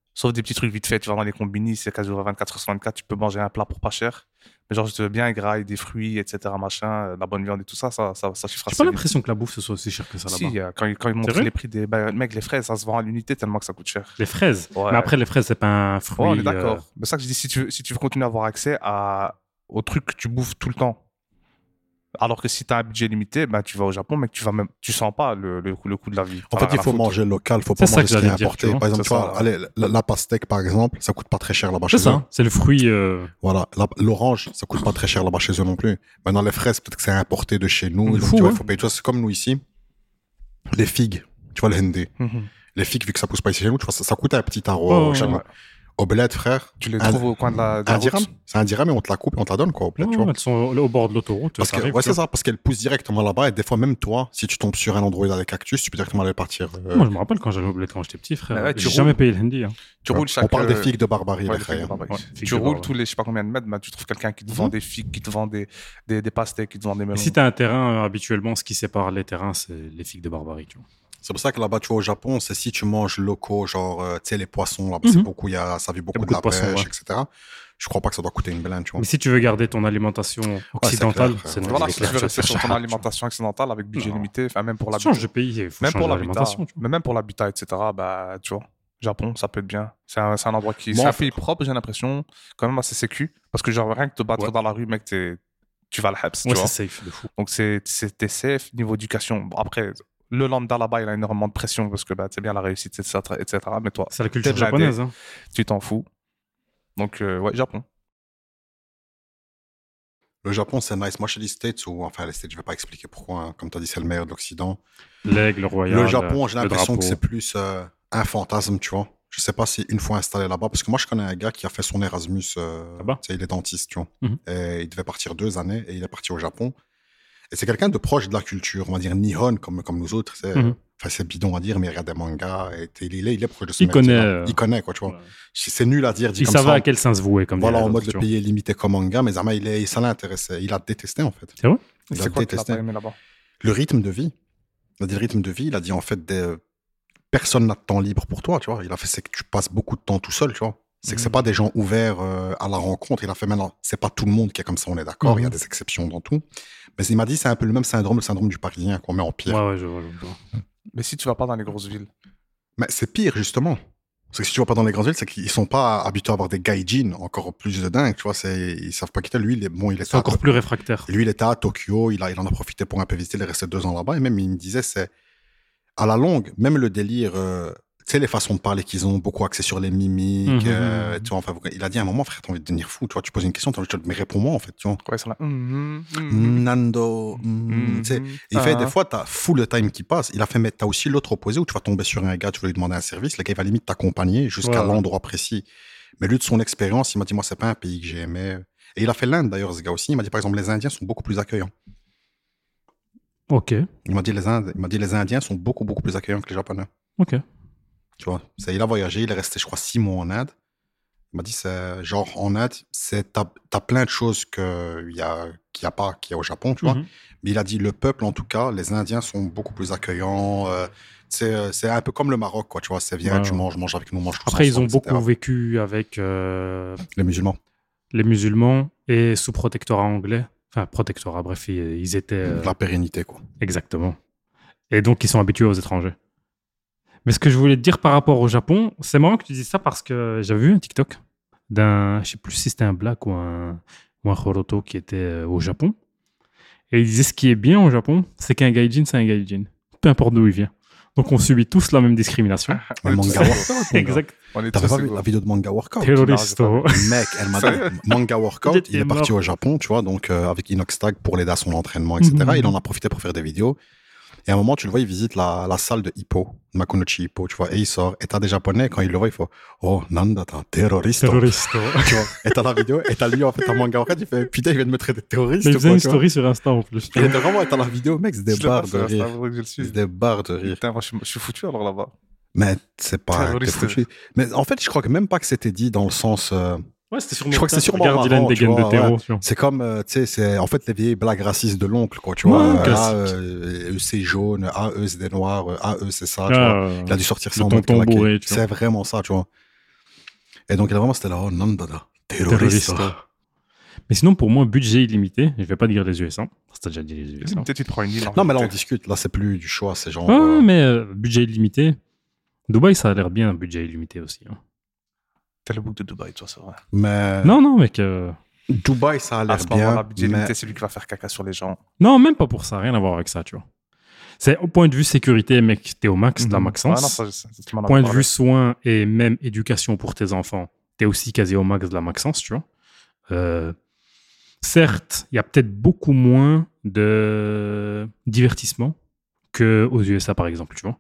Sauf des petits trucs vite fait, tu vas dans les combini, c'est quasi 24h/24, tu peux manger un plat pour pas cher. Mais genre, juste bien gras, des fruits, etc., machin, de la bonne viande et tout ça, ça chiffre J'ai assez pas vite. l'impression que la bouffe ce soit aussi cher que ça Si, là-bas. quand ils montrent vrai les prix des... Bah, mec, les fraises, ça se vend à l'unité tellement que ça coûte cher. Les fraises. Ouais. Mais après, les fraises, c'est pas un fruit. Ouais, on est d'accord. C'est ça que je dis, si tu veux continuer à avoir accès aux trucs que tu bouffes tout le temps, alors que si tu as un budget limité, bah, tu vas au Japon, mais tu sens pas le coût de la vie. En fait, il faut manger local, faut pas C'est ça manger que ce qui est j'allais dire, importé. tu vois. Par exemple, C'est tu vois, ça. allez, la pastèque, par exemple, ça coûte pas très cher là-bas chez C'est ça, eux. hein. C'est le fruit. Voilà, l'orange, ça coûte pas très cher là-bas chez eux non plus. Maintenant, les fraises, peut-être que c'est importé de chez nous. Donc, Fou, tu vois, hein. il faut payer. Tu vois, c'est comme nous ici. Les figues, tu vois, le hendé. Mhm. Les figues, vu que ça pousse pas ici chez nous, tu vois, ça coûte un petit tarot Ouais, chez ouais, nous. ouais. Au bled, frère. Tu les Un- trouves au coin de la Un route. dirham. C'est un dirham et on te la coupe et on te la donne, quoi, au bled, tu vois. Elles sont au bord de l'autoroute. Parce ça que, arrive, ouais, tu c'est vois. ça, parce qu'elle pousse directement là-bas et des fois, même toi, si tu tombes sur un endroit où il y a des cactus, tu peux directement aller partir. Moi, je me rappelle quand j'allais au bled quand j'étais petit, frère. Mais ouais, tu J'ai roules. jamais payé le handy. Hein. Tu roules chaque... On parle des figues de barbarie, Ouais, les les frères. figues de barbarie. Ouais, figues Tu de roules barbarie. tous les je sais pas combien de mètres, bah, tu trouves quelqu'un qui te vend des figues, qui te vend des pastèques, qui te vend des melons. Si t'as un terrain, habituellement, ce qui sépare les terrains, c'est les figues de barbarie, tu vois. C'est pour ça que là-bas, tu vois, au Japon, c'est si tu manges locaux, genre, tu sais, les poissons, là-bas, c'est beaucoup, ça vit beaucoup beaucoup de la de poissons, pêche, ouais. etc. Je crois pas que ça doit coûter une blinde, tu vois. Mais si tu veux garder ton alimentation occidentale, clair, c'est frère. Voilà, il est si clair tu veux que rester tu vas sur faire ton cher, alimentation occidentale avec budget Non. limité, enfin même pour tu vois. l'habitat, Change de pays, il faut même changer pour l'habitat, l'alimentation. tu vois. mais même pour l'habitat, etc. Bah, tu vois, Japon, ça peut être bien. C'est un endroit qui, Moi, c'est un en fait- pays propre, j'ai l'impression, quand même assez sécu, parce que genre rien que te battre Ouais. dans la rue, mec, tu vas à l'Habs, tu Ouais, vois. c'est safe de fou. Donc t'es safe niveau éducation. Bon, après, le lambda là-bas, il a énormément de pression parce que bah, c'est bien la réussite, etc. Mais toi, C'est la culture T'es blindé. japonaise. Hein. tu t'en fous. Donc, ouais, Japon. Le Japon, c'est nice. Moi, chez les States, enfin, les States, je vais pas expliquer pourquoi, hein. Comme tu as dit, c'est le meilleur de l'Occident. L'aigle royal. Le Japon, j'ai le l'impression que drapeau. c'est plus un fantasme, tu vois. Je sais pas si une fois installé là-bas, parce que moi, je connais un gars qui a fait son Erasmus, Là-bas tu sais, il est dentiste, tu vois. Mhm. Et il devait partir 2 années et il est parti au Japon. Et c'est quelqu'un de proche de la culture, on va dire Nihon, comme nous autres. Mhm. Enfin, c'est bidon à dire, mais il regarde des mangas. Et il est proche de ce Il mec. connaît, Il connaît, quoi, tu vois. Ouais. C'est nul à dire, dit Il comme savait ça. à quel sens vouer, comme Voilà, dirait en l'autre, mode tu le vois. pays est limité comme manga, mais Zama, ça l'intéressait. Il a détesté, en fait. C'est vrai Il a C'est quoi que t'as détesté. pas aimé là-bas? Le rythme de vie. Il a dit le rythme de vie, il a dit en fait, personne n'a de temps libre pour toi, tu vois. Il a fait, c'est que tu passes beaucoup de temps tout seul, tu vois. C'est que c'est pas des gens ouverts à la rencontre. Il a fait maintenant, c'est pas tout le monde qui est comme ça, on est d'accord. Il y a des exceptions dans tout. Mais il m'a dit, c'est un peu le même syndrome, le syndrome du Parisien qu'on met en pire. Ouais, je vois. Mais si tu vas pas dans les grosses villes, Mais c'est pire, justement. Parce que si tu vas pas dans les grandes villes, c'est qu'ils sont pas habitués à avoir des gaijins encore plus de dingue, tu vois. Ils savent pas quitter. Lui, il était C'est encore plus réfractaire. Lui, il était à Tokyo, il en a profité pour un peu visiter, il est resté 2 ans là-bas. Et même, il me disait, c'est à la longue, même le délire, tu sais, les façons de parler qu'ils ont, beaucoup axé sur les mimiques. Tu vois, enfin, il a dit à un moment, frère, t'as envie de devenir fou, tu vois, tu poses une question, t'as envie de te dire, mais réponds-moi, en fait, tu vois. ouais, c'est là. Nando, tu sais. Et il fait, des fois, t'as full le time qui passe. Il a fait, mais t'as aussi l'autre opposé où tu vas tomber sur un gars, tu vas lui demander un service, le gars, il va limite t'accompagner jusqu'à Ouais. l'endroit précis. Mais lui, de son expérience, il m'a dit, moi, c'est pas un pays que j'ai aimé. Et il a fait l'Inde, d'ailleurs, ce gars aussi. Il m'a dit, par exemple, les Indiens sont beaucoup plus accueillants. Ok. Il m'a dit, les Indiens sont beaucoup, beaucoup plus accueillants que les Japonais. Ok. Tu vois, il a voyagé, il est resté, je crois, 6 mois en Inde. Il m'a dit, c'est genre, en Inde, t'as plein de choses qu'il y a au Japon, tu vois. Mhm. Mais il a dit, le peuple, en tout cas, les Indiens sont beaucoup plus accueillants. C'est un peu comme le Maroc, quoi, tu vois. C'est viens, Ouais, tu ouais. mange avec nous, mange tous Après, ils ont ensemble, etc. beaucoup vécu avec Les musulmans. les musulmans et sous protectorat anglais. Enfin, protectorat, bref, ils étaient... La pérennité, quoi. Exactement. Et donc, ils sont habitués aux étrangers. Mais ce que je voulais te dire par rapport au Japon, c'est marrant que tu dises ça parce que j'avais vu un TikTok je sais plus si c'était un black ou un Horoto qui était au Japon. Et il disait ce qui est bien au Japon, c'est qu'un gaijin, c'est un gaijin. Peu importe d'où il vient. Donc, on subit tous la même discrimination. Le manga workout. Exact. On est T'avais tous pas vu égaux. la vidéo de manga workout? Terroristo. Mec, elle m'a dit, manga workout, Peut-être il est qu'il est parti mort. au Japon, tu vois, donc avec Inoxtag pour l'aider à son entraînement, etc. Mhm. Il en a profité pour faire des vidéos. Et à un moment, tu le vois, il visite la salle de Hippo, Makunochi Hippo, tu vois, et il sort. Et t'as des Japonais, quand ils le voient, il faut oh, nanda, t'es un terroriste. Terroristo. Tu vois. Et t'as la vidéo, et t'as lui, en fait, un manga workout, il fait putain, il vient de me traiter de terroriste. Mais il ou faisait quoi, une tu vois. story sur Insta en plus. Il était vraiment, et t'as la vidéo, mec, c'est des Je l'ai barres pas de fait, c'est rire. un vrai que je le suis. C'est des barres de rire. Putain, moi, je suis foutu alors là-bas. Mais c'est pas. Terroriste. t'es foutu. Mais en fait, je crois que même pas que c'était dit dans le sens. Ouais, c'était sûrement. Je crois que c'est sûrement Regarde, il a une marrant, tu dégaine de vois, terreau. ouais. tu vois. C'est comme, tu sais, c'est en fait les vieilles blagues racistes de l'oncle, quoi, tu Ouais, vois. classique. Eux, c'est jaune, eux, c'est des noirs, eux, c'est ça, tu Ah, vois. Il a dû sortir ça le en mode tonton claqué. bourré, tu vois. C'est vraiment ça, tu vois. Et donc, c'était là, oh, Nandada, terroriste. Terroriste. Mais sinon, pour moi, budget illimité, je vais pas dire les USA. Ça, t'as déjà dit les USA. Peut-être tu te prends une île. Non, mais là, on discute. Là, c'est plus du choix. C'est genre. Ouais, mais budget illimité. Dubaï, ça a l'air bien, budget illimité aussi. Hein. T'as le book de Dubaï, toi, c'est vrai. Mais. Non, mec. Dubaï, ça a À l'air ce moment-là, bien. budget Mais... limité, c'est lui qui va faire caca sur les gens. Non, même pas pour ça. Rien à voir avec ça, tu vois. C'est au point de vue sécurité, mec, t'es au max de la Maxence. Ah non, ça, tu m'en as Point de parlé. vue soins et même éducation pour tes enfants, t'es aussi quasi au max de la Maxence, tu vois. Certes, il y a peut-être beaucoup moins de divertissement qu'aux USA, par exemple, tu vois.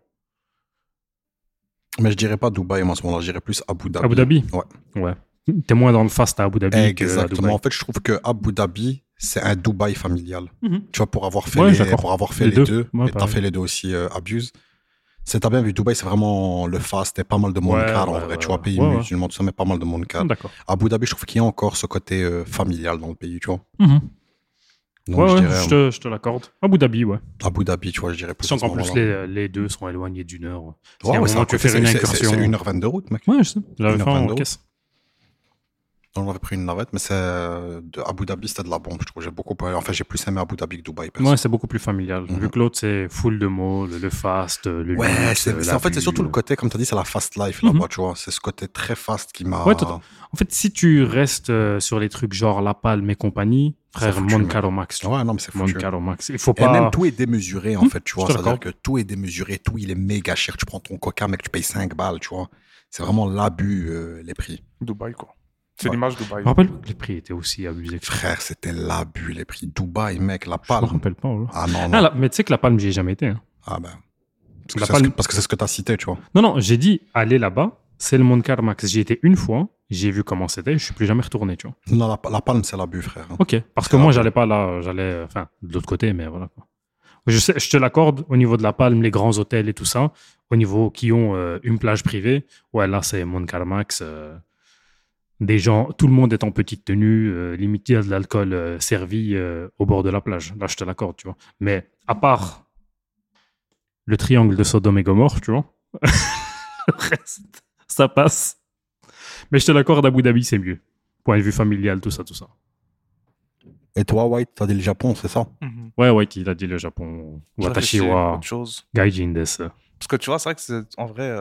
Mais je dirais pas Dubaï, moi, en ce moment-là. Je dirais plus Abu Dhabi. Abu Dhabi. Ouais. Ouais. T'es moins dans le fast à Abu Dhabi qu'à Exactement. Dubaï. En fait, je trouve que Abu Dhabi, c'est un Dubaï familial. Mhm. Tu vois, pour avoir fait, Ouais, les, d'accord. pour avoir fait Les les deux. deux, Ouais, et t'as pareil. fait les deux aussi, Abuse. T'as bien vu, Dubaï, c'est vraiment le fast et pas mal de monde Ouais, car en ouais, vrai. ouais, Tu vois, ouais. pays Ouais, ouais. musulman, tout ça, mais pas mal de monde car. D'accord. Abu Dhabi, je trouve qu'il y a encore ce côté familial dans le pays, tu vois. Mhm. Donc, Ouais, je ouais, dirais je te l'accorde. Abu Dhabi, ouais. Abu Dhabi, tu vois, je dirais plus. Sans à ce qu'en plus, moment-là. les deux sont éloignés d'une heure. Ouais, Si à un ouais, c'est moment, à tu veux côté, faire une c'est incursion. 1h20 de route, mec. Ouais, je sais. J'avais Une fait heure en vingt caisse. On avait pris une navette, mais c'est de Abu Dhabi, c'était de la bombe. Je trouve j'ai beaucoup. Enfin, j'ai plus aimé Abu Dhabi que Dubaï. Ouais, c'est beaucoup plus familial. Mhm. Vu que l'autre, c'est full de mots, le fast, le Ouais, luxe, en fait, c'est surtout le côté, comme tu as dit, c'est la fast life là-bas, tu vois. C'est ce côté très fast qui m'a. Ouais, En fait, si tu restes sur les trucs genre La Palme et compagnie, frère, foutu, mon mec. caro max. tu vois. Ouais, non, mais c'est Mon foutu. caro max. Il faut Et pas. même tout est démesuré, en fait, tu vois. je te C'est-à-dire l'accorde. que tout est démesuré, tout il est méga cher. Tu prends ton coca, mec, tu payes 5 balles, tu vois. C'est vraiment l'abus, les prix. Dubaï, quoi. C'est Ouais. l'image de Je Dubaï. me rappelle que les prix étaient aussi abusés. Frère, c'était l'abus, les prix. Dubaï, mec, la Je me palme. rappelle pas. Là. Ah non, non. Ah, là, mais tu sais que La Palme, j'y ai jamais été. Hein. Ah ben. La Parce que Palme- c'est ce que tu as cité, tu vois. Non, j'ai dit aller là-bas, c'est le Monte Carlo Max. J'y étais une fois, j'ai vu comment c'était, je suis plus jamais retourné, tu vois. Non, la palme, c'est l'abus, frère. Ok, parce que moi, j'allais pas là, j'allais, enfin, de l'autre côté, mais voilà. Quoi. Je sais, je te l'accorde, au niveau de La Palme, les grands hôtels et tout ça, au niveau qui ont une plage privée, ouais, là, c'est Monte Carlo Max. Des gens, tout le monde est en petite tenue, limite il y a de l'alcool servi au bord de la plage. Là, je te l'accorde, tu vois. Mais à part le triangle de Sodome et Gomorre, tu vois, le reste, ça passe. Mais je te l'accorde, Abu Dhabi, c'est mieux. Point de vue familial, tout ça, tout ça. Et toi, White, t'as dit le Japon, c'est ça? Mhm. Ouais, il a dit le Japon. Je réfléchis Watashi à wa autre chose. gaijin desu. Parce que tu vois, c'est vrai que c'est en vrai.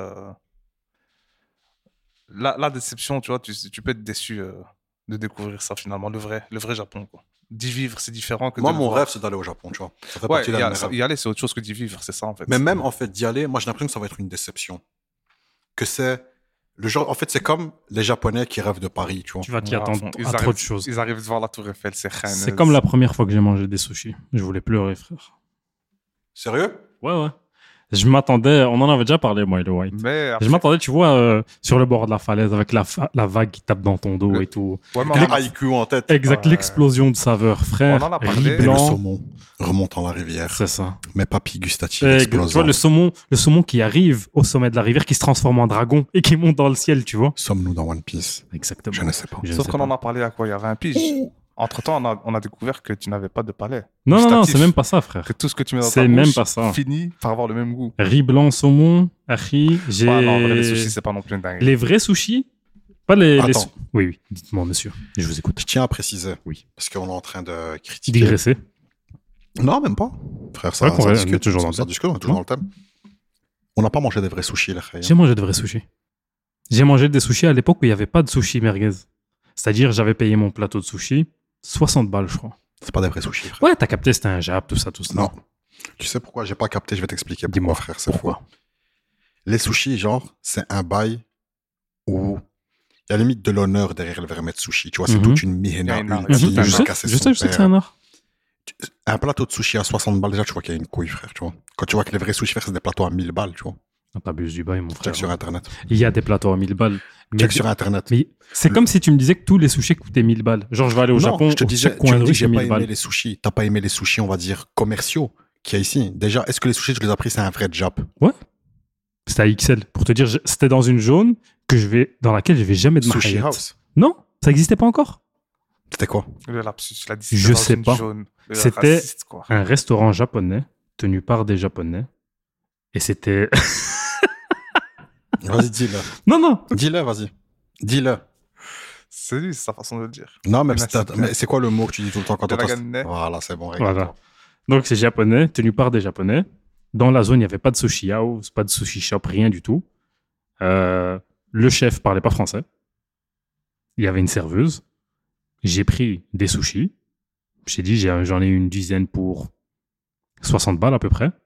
La déception, tu vois, tu peux être déçu de découvrir ça finalement, le vrai Japon, quoi. D'y vivre, c'est différent que Moi, de le mon voir. rêve, c'est d'aller au Japon, tu vois. Ça fait Ouais, partie d'un de mes rêves. y aller, c'est autre chose que d'y vivre, c'est ça en fait. Mais même, en fait, d'y aller, moi, j'ai l'impression que ça va être une déception. Que c'est le genre... En fait, c'est comme les Japonais qui rêvent de Paris, tu vois. Tu vas t'y Ouais, à attendre fond. à trop de choses. Ils arrivent devant la Tour Eiffel, c'est C'est comme la première fois que j'ai mangé des sushis. Je voulais pleurer, frère. Sérieux? Ouais. Je m'attendais, on en avait déjà parlé, moi et le White. Mais après, Je m'attendais, tu vois, sur le bord de la falaise avec la vague qui tape dans ton dos Le- et tout. ouais, mais Un haïku en tête. Exact, Ouais. l'explosion de saveur, frère. On en a parlé. Riz Et le blanc, saumon remontant la rivière. c'est ça. Mes papilles gustatives Tu explosant. vois, le saumon qui arrive au sommet de la rivière, qui se transforme en dragon et qui monte dans le ciel, tu vois. Sommes-nous dans One Piece? Exactement. Je ne sais pas. Je ne sauf sais qu'on pas. en a parlé à quoi? Il y avait un pige. Entre-temps, on a découvert que tu n'avais pas de palais. Non, gustatif. c'est même pas ça, frère. Que tout ce que tu mets dans C'est ta même bouche pas ça. finit par avoir le même goût. Riz blanc, saumon, achi, j'ai... Ouais, non, en vrai, les sushis, c'est pas non plus une dingue. Les vrais sushis, pas les... Attends. Oui, dites-moi, monsieur. Je vous écoute. Je tiens à préciser. Oui. Parce qu'on est en train de critiquer. Digresser. Non, même pas. Frère, ça, Ouais, qu'on ça est discute. toujours dans le Ça thème. discute, on est toujours dans le thème. On n'a pas mangé des vrais sushis, les frères. J'ai mangé de vrais sushis. J'ai mangé des sushis à l'époque où il n'y avait pas de sushi merguez. C'est-à-dire, j'avais payé mon plateau de sushis 60 balles, je crois. C'est pas des vrais sushis, frère. Ouais, t'as capté, c'était un Jap, tout ça. Non. Tu sais pourquoi j'ai pas capté? Je vais t'expliquer pourquoi, Dis-moi, frère. C'est fou. pourquoi? Les sushis, genre, c'est un bail où il y a limite de l'honneur derrière le vermet de sushi. Tu vois, c'est Mhm. toute une mihena, Il y a une art. une Mhm. team, Je un sais, cassé je son sais que père. c'est un art. Un plateau de sushi à 60 balles, déjà, tu vois qu'il y a une couille, frère. Tu vois. Quand tu vois que les vrais sushis, frère, c'est des plateaux à 1000 balles, tu vois. Ah, t'abuses du bail, mon frère. Check sur Internet. Il y a des plateaux à 1000 balles. Mais, Check sur Internet. mais c'est comme si tu me disais que tous les sushis coûtaient 1000 balles. Genre, je vais aller au Non, Japon, je te au disais, chaque tu coin me de dis rue, que j'ai c'est pas 1000 aimé balles. les sushis. T'as pas aimé les sushis, on va dire, commerciaux qu'il y a ici. Déjà, est-ce que les sushis, tu les as pris, c'est un vrai Jap? C'était à XL. Pour te dire, c'était dans une zone dans laquelle je vais jamais de Sushi marraillette. House. Non, ça n'existait pas encore. C'était quoi? Le lapsus, la Je sais pas. C'était- Raciste, quoi. Un restaurant japonais tenu par des Japonais. Et c'était... Vas-y, dis-le. Non. Dis-le, vas-y. Dis-le. C'est lui, c'est sa façon de le dire. Non, mais Merci. c'est quoi le mot que tu dis tout le temps quand De on la Gannet. Voilà, c'est bon. Voilà. regarde-toi. Donc, c'est japonais, tenu par des japonais. Dans la zone, il n'y avait pas de sushi house, pas de sushi shop, rien du tout. Le chef parlait pas français. Il y avait une serveuse. J'ai pris des sushis. J'ai dit, j'en ai une dizaine pour 60 balles à peu près.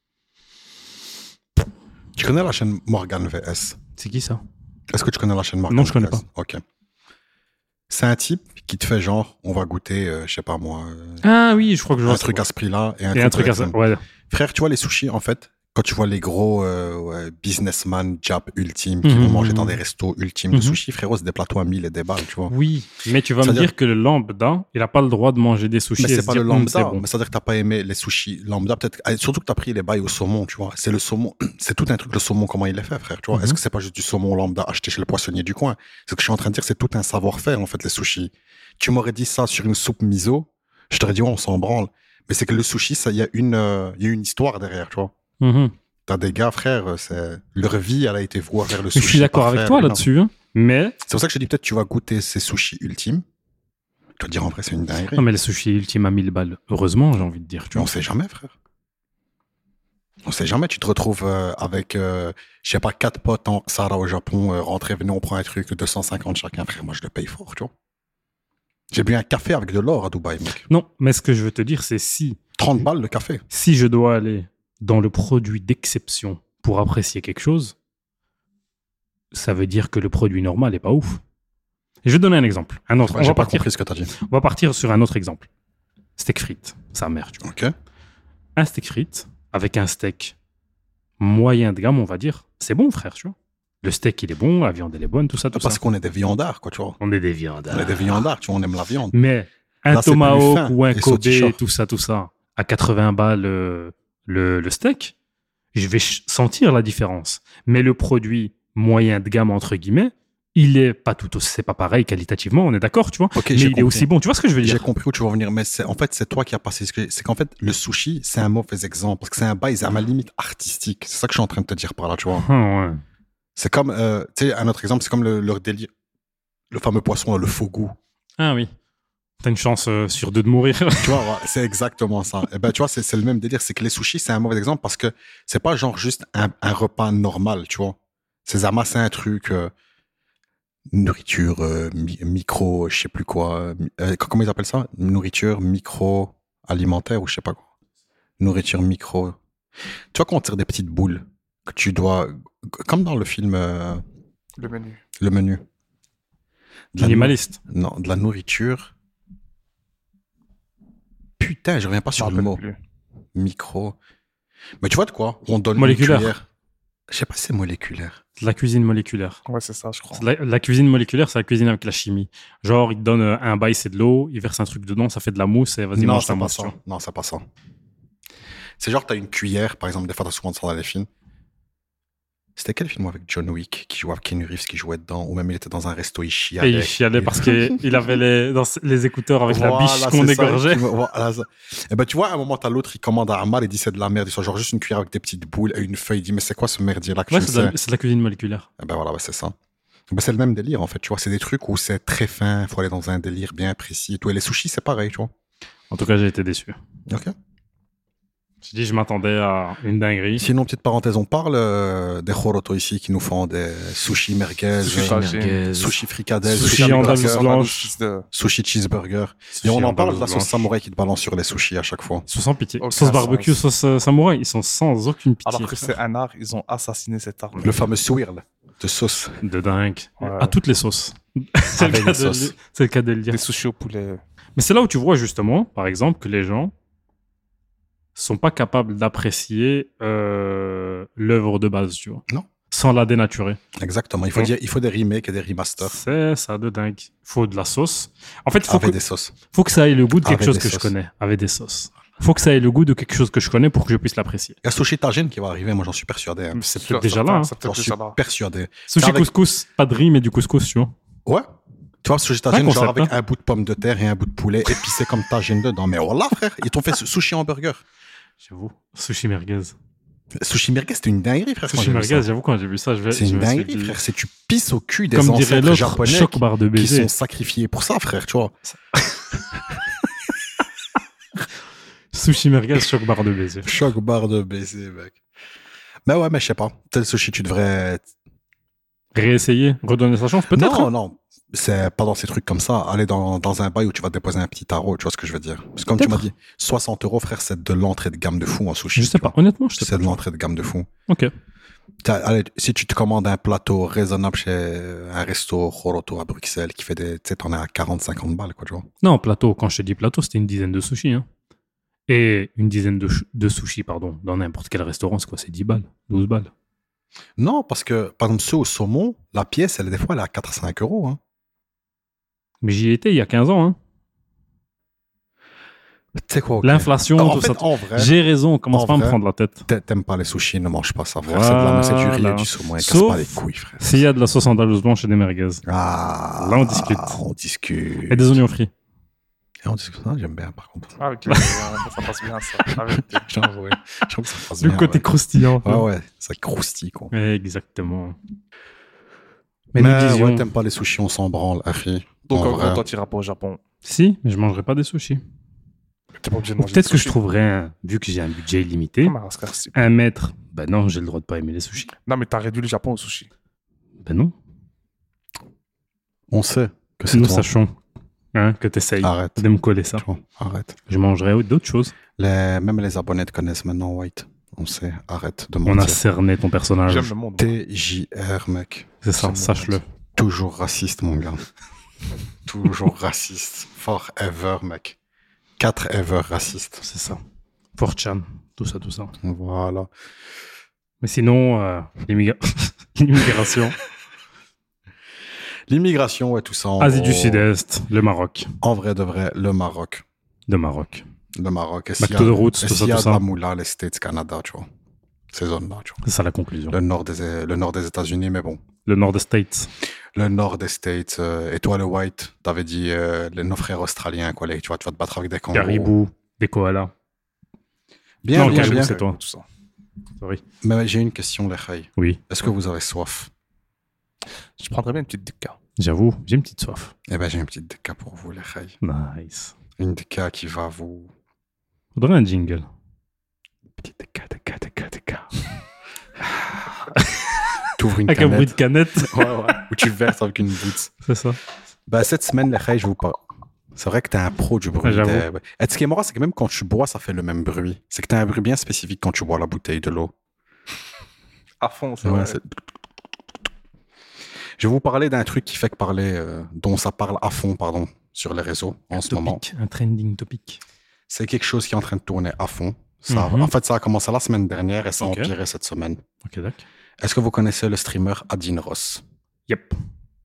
Tu connais la chaîne Morgan VS? C'est qui ça? Est-ce que tu connais la chaîne Morgan Non, je connais VS? Ok. C'est un type qui te fait genre, on va goûter, je sais pas moi, Ah oui, je crois que je vois un truc à ce prix-là et Et un truc à ça. Ouais. Frère, tu vois les sushis, en fait, quand tu vois les gros businessman Jap ultimes qui vont manger dans des restos ultimes de sushis, frérot, c'est des plateaux à 1000 et des balles, tu vois. Oui, mais tu vas me C'est-à-dire- dire que le lambda, il n'a pas le droit de manger des sushis. Mais et c'est se pas dire, le lambda, c'est bon. mais c'est-à-dire que t'as pas aimé les sushis lambda, peut-être, surtout que t'as pris les bails au saumon, tu vois. C'est le saumon, c'est tout un truc, le saumon, comment il est fait, frère, tu vois. Est-ce que c'est pas juste du saumon lambda acheté chez le poissonnier du coin? Ce que je suis en train de dire, c'est tout un savoir-faire, en fait, les sushis. Tu m'aurais dit ça sur une soupe miso, je t'aurais dit, ouais, on s'en branle. Mais c'est que le sushi, ça, il y a une histoire derrière, tu vois. Mhm. T'as des gars, frère, leur vie, elle a été vouée vers le Je sushi. suis d'accord parfait, avec toi mais non. là-dessus, hein. Mais C'est pour ça que je dis peut-être tu vas goûter ces sushis ultimes. Tu vas te dire en vrai c'est une dinguerie. non, mais les sushis ultimes à 1000 balles. Heureusement, j'ai envie de dire. Tu Mais on vois. sait jamais, frère. On sait jamais. Tu te retrouves avec, je sais pas, 4 potes en Sahara au Japon, rentrez, venez, on prend un truc, 250 chacun. Frère, moi je le paye fort, tu vois. J'ai bu un café avec de l'or à Dubaï, mec. Non, mais ce que je veux te dire, c'est 30 balles le café. si je dois aller dans le produit d'exception pour apprécier quelque chose, ça veut dire que le produit normal est pas ouf. Et je vais te donner un exemple. Un autre. Ouais, j'ai pas compris ce que t'as dit. On va partir sur un autre exemple. Steak frites, sa mère, tu vois. Ok. Un steak frites avec un steak moyen de gamme, on va dire, c'est bon, frère, tu vois. Le steak, il est bon, la viande, elle est bonne, tout ça, tout Parce ça. qu'on est des viandards, quoi, tu vois. On est des viandards. On est des viandards, tu vois, on aime la viande. Mais un Là, c'est plus tomahawk fin ou un et Kobe, sautillant. tout ça, à 80 balles le steak, je vais sentir la différence. Mais le produit moyen de gamme, entre guillemets, il est pas tout aussi, c'est pas pareil qualitativement, on est d'accord, tu vois. Ok, mais j'ai il est compris. aussi bon, tu vois ce que je veux J'ai dire? compris où tu vas venir, mais en fait, c'est toi qui as passé. C'est qu'en fait, le sushi, c'est un mauvais exemple, parce que c'est un bail à ma limite artistique. C'est ça que je suis en train de te dire par là, tu vois. Ah, ouais. C'est comme, tu sais, un autre exemple, c'est comme leur délire, le fameux poisson, le fogu. Ah oui. T'as une chance sur deux de mourir. Tu vois, ouais, c'est exactement ça. Et ben, tu vois, c'est le même délire. C'est que les sushis, c'est un mauvais exemple parce que c'est pas genre juste un repas normal, tu vois. C'est amasser un truc, nourriture micro, je sais plus quoi. Comment ils appellent ça? Nourriture micro-alimentaire ou je sais pas quoi. Nourriture micro. Tu vois, quand on tire des petites boules, que tu dois, comme dans le film, Le menu. le menu. De la Minimaliste. Non, de la nourriture. Putain, je reviens pas sur Je le me mot. rappelle plus. Micro. Mais tu vois de quoi? On donne Moléculaire. une cuillère. Je sais pas si c'est moléculaire. De la cuisine moléculaire. Ouais, c'est ça, je crois. La cuisine moléculaire, c'est la cuisine avec la chimie. Genre, il te donne un bail, c'est de l'eau, il verse un truc dedans, ça fait de la mousse et vas-y, Non, mange c'est ta pas mousse. ça. tu vois. Non, c'est pas ça. C'est genre, t'as une cuillère, par exemple, des fois, t'as souvent ça dans les films. C'était quel film avec John Wick qui jouait avec Keanu Reeves qui jouait dedans, ou même il était dans un resto, il chialait. Et il chialait parce qu'il avait les écouteurs avec la biche qu'on c'est ça, égorgeait. voilà, ça. Et ben, tu vois, à un moment, t'as l'autre, il commande à Amal et dit c'est de la merde. Il soit genre juste une cuillère avec des petites boules et une feuille. Il dit, mais c'est quoi ce merdier là que Ouais, tu c'est sais? c'est de la cuisine moléculaire. Et ben voilà, c'est ça. Ben, c'est le même délire en fait, tu vois. C'est des trucs où c'est très fin, il faut aller dans un délire bien précis. Et tout. Et les sushis, c'est pareil, tu vois. En tout cas, j'ai été déçu. Ok. J'ai dit, je m'attendais à une dinguerie. Sinon, petite parenthèse, on parle des Horoto ici qui nous font des sushis merguez, Sushi merguez, sushi fricadelle, sushi sushi andalouse burger, blanche. sushi cheeseburger. sushi Et on en parle de la andalouse sauce blanche. samouraï qui te balance sur les sushis à chaque fois. Ils sont sans pitié. Aucun Sauce barbecue, sens. sauce samouraï, ils sont sans aucune pitié. Alors que c'est un art, ils ont assassiné cet art. Le fameux swirl de sauce. De dingue. Ouais. À toutes les sauces. c'est Avec le, les sauces. c'est le cas de le dire. Des sushis au poulet. Mais c'est là où tu vois justement, par exemple, que les gens sont pas capables d'apprécier l'œuvre de base, tu vois. Non. Sans la dénaturer. Exactement. Ouais. Il faut des remakes et des remasters. C'est ça de dingue. Il faut de la sauce. En fait, il Avec des sauces. faut que ça ait le goût de quelque Avec chose des que je sauces. connais. Avec des sauces. Faut que ça ait le goût de quelque chose que je connais pour que je puisse l'apprécier. Il y a Sushi Tajin qui va arriver, moi j'en suis persuadé. hein. C'est peut-être déjà là. Hein. C'est J'en peut-être suis déjà là. persuadé. Sushi avec- couscous, pas de riz, mais du couscous, tu vois. Ouais. Tu vois, Sushi Tajin, Un genre concept, avec hein. un bout de pomme de terre et un bout de poulet épicé comme Tajin dedans. Mais voilà, frère, ils t'ont fait sushi hamburger. J'avoue. Sushi merguez. Sushi merguez, c'est une dinguerie, frère. Sushi quand j'ai vu merguez, ça. j'avoue, quand j'ai vu ça, C'est une je me suis dinguerie, dit- frère. C'est tu pisses au cul des Comme dirait ancêtres l'autre, japonais choc barre de qui baiser. sont sacrifiés pour ça, frère, tu vois. Sushi merguez, choc barre de baiser. Choc barre de baiser, mec. Mais ouais, mais je sais pas. Tel sushi, tu devrais... Réessayer, redonner sa chance, peut-être. Non, hein. non. C'est pas dans ces trucs comme ça. Aller dans un bail où tu vas déposer un petit tarot, tu vois ce que je veux dire. Parce que comme tu m'as Peut-être. dit, 60 €, frère, c'est de l'entrée de gamme de fou en sushi. Je sais tu pas, vois. honnêtement, je sais C'est pas. de l'entrée de gamme de fou. Ok. Allez, si tu te commandes un plateau raisonnable chez un resto Horoto à Bruxelles qui fait des... Tu sais, t'en as à 40-50 balles, quoi, tu vois. Non, plateau, quand je te dis plateau, c'était une dizaine de sushis. Hein. Et une dizaine de sushis, pardon, dans n'importe quel restaurant, c'est quoi? C'est 10 balles, 12 balles. Non, parce que, par exemple, ceux au saumon, la pièce, des fois, elle est à 4-5 €. Hein. Mais j'y étais il y a 15 ans. Hein. Tu sais quoi, ok. L'inflation, En tout fait, ça. en vrai, J'ai raison, commence en pas à me vrai, prendre la tête. t'aimes pas les sushis, ne mange pas ça, frère. C'est de la mais c'est du riz et Voilà. du saumon. Et casse Sauf pas les couilles, frère. S'il y a de la sauce andalouse blanche et des merguez. Ah, Là, on discute. On discute. Et des oignons frits. Et on discute. Ah, j'aime bien, par contre. Ah, ok, ça passe bien, ça. La vérité. J'avoue, ouais. J'avoue que ça passe Le bien. côté ouais. croustillant. Ouais, ouais, ça croustille, quoi. Exactement. Mais nous disions- ouais, t'aimes pas les sushis, on s'en branle, Harry. Donc, En en vrai. gros, toi, t'iras pas au Japon. Si, mais je mangerai pas des sushis. T'es pas obligé de Ou manger peut-être des que je sushis. trouverai, vu que j'ai un budget illimité, Comme un rascar, si. un mètre. Ben non, j'ai le droit de pas aimer les sushis. Non, mais t'as réduit le Japon au sushi. Ben non. On sait que c'est Nous toi. sachons hein, que t'essayes Arrête. de me coller ça. Tu vois, arrête. Je mangerai d'autres choses. Même les abonnés te connaissent maintenant, White. On sait, arrête de On a mentir. cerné ton personnage. J'aime le monde. moi. TJR, mec. C'est ça, J'aime le sache-le. monde. Toujours raciste, mon gars. Toujours raciste. Forever, mec. 4 ever raciste. C'est ça. 4chan, tout ça, tout ça. Voilà. Mais sinon, l'immigration. L'immigration, ouais, tout ça. En Asie gros, du Sud-Est, le Maroc. En vrai de vrai, le Maroc. De Maroc. Le Maroc. Back to the roots, tout ça, S'il y a tout de la ça. moula, les States, Canada, tu vois. Ces zones-là, tu vois. C'est ça la conclusion. Le nord des États-Unis, mais bon. Le nord des States. Le nord des States. Et toi, le White, t'avais dit nos frères australiens, quoi. Tu vas te battre avec des kangourous. Caribou, des koalas. Bien, Non, bien, caribou, bien. c'est toi. Tout ça. Sorry. Mais j'ai une question, les Khaï. Oui, Est-ce que vous avez soif? Je prendrais bien une petite déca. j'avoue, j'ai une petite soif. Eh ben, j'ai une petite déca pour vous, les Khaï. Nice. Une déca qui va vous... Faudrait un jingle. Petite déca. T'ouvres une Avec un bruit de canette. canette. Ouais, ouais. Ou tu verses avec une boutte. C'est ça. Bah, cette semaine, les Khaï, je vous parle. C'est vrai que t'es un pro du bruit. Ouais, j'avoue. Ouais. Et ce qui est marrant, c'est que même quand tu bois, ça fait le même bruit. C'est que t'as un bruit bien spécifique quand tu bois la bouteille de l'eau. À fond, c'est Ouais, vrai. c'est- Je vais vous parler d'un truc qui fait que parler, dont ça parle à fond, pardon, sur les réseaux en ce moment. Un trending topic. C'est quelque chose qui est en train de tourner à fond. Ça, Mhm. En fait, ça a commencé la semaine dernière et ça a Ok. empiré cette semaine. Ok, d'accord. Est-ce que vous connaissez le streamer Adin Ross? Yep.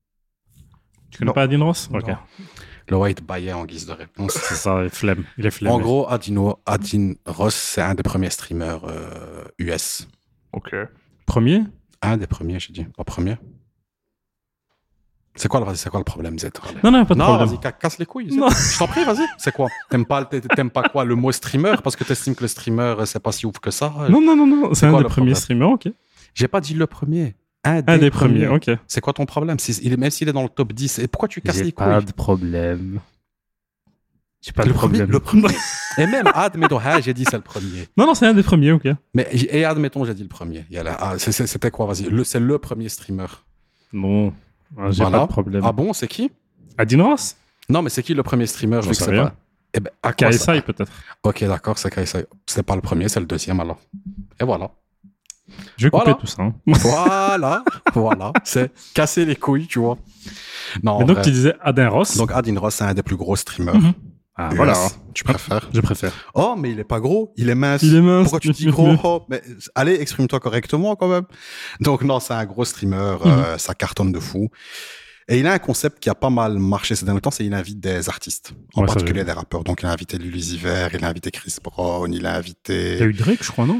Tu connais Non. pas Adin Ross? Ok. Non. Le White baillait en guise de réponse. C'est ça, il est flemme. Il est flemme. En gros, Adin Ross, c'est un des premiers streamers US. Ok. Premier? Un des premiers, j'ai dit. Pas premier. C'est quoi le problème, Z? Non, non, pas de Non, problème. vas-y, casse les couilles. Non. Je t'en prie, vas-y. C'est quoi? T'aimes pas quoi? Le mot streamer? Parce que t'estimes que le streamer, c'est pas si ouf que ça? Non, non, non, non. C'est un quoi des le premiers problème? streamers, ok. J'ai pas dit le premier. Un des premiers, ok. C'est quoi ton problème? Même s'il est dans le top 10, et pourquoi tu casses J'ai les pas couilles? de problème. J'ai pas Le de premier, problème. le premier. Et même, admettons, j'ai dit c'est le premier. Non, non, c'est un des premiers, ok. Mais, et admettons, j'ai dit le premier. C'était quoi? Vas-y. C'est le premier streamer. Non, j'ai Voilà. pas de problème. Ah bon, c'est qui? Adin Ross? Non, mais c'est qui le premier streamer? J'en vu que sais c'est rien. pas... Eh ben, à quoi ça- KSI, peut-être. Ok, d'accord, c'est KSI. C'est pas le premier, c'est le deuxième alors. Et voilà. Je vais couper Voilà. tout ça. hein. Voilà. C'est casser les couilles, tu vois. Non, en Mais donc, vrai. tu disais Adin Ross. Donc, Adin Ross, c'est un des plus gros streamers. Mhm. Ah, US. voilà. Tu préfères? Je préfère. Oh, mais il est pas gros, il est mince. Il est mince. Pourquoi tu dis gros? Oh, mais allez, exprime-toi correctement quand même. Donc non, c'est un gros streamer, ça cartonne de fou. Et il a un concept qui a pas mal marché ces derniers temps, c'est qu'il invite des artistes, en Ouais, ça, particulier j'ai des rappeurs. Donc il a invité Lucifer, il a invité Chris Brown, il a Il y a invité... eu Drake, je crois, non?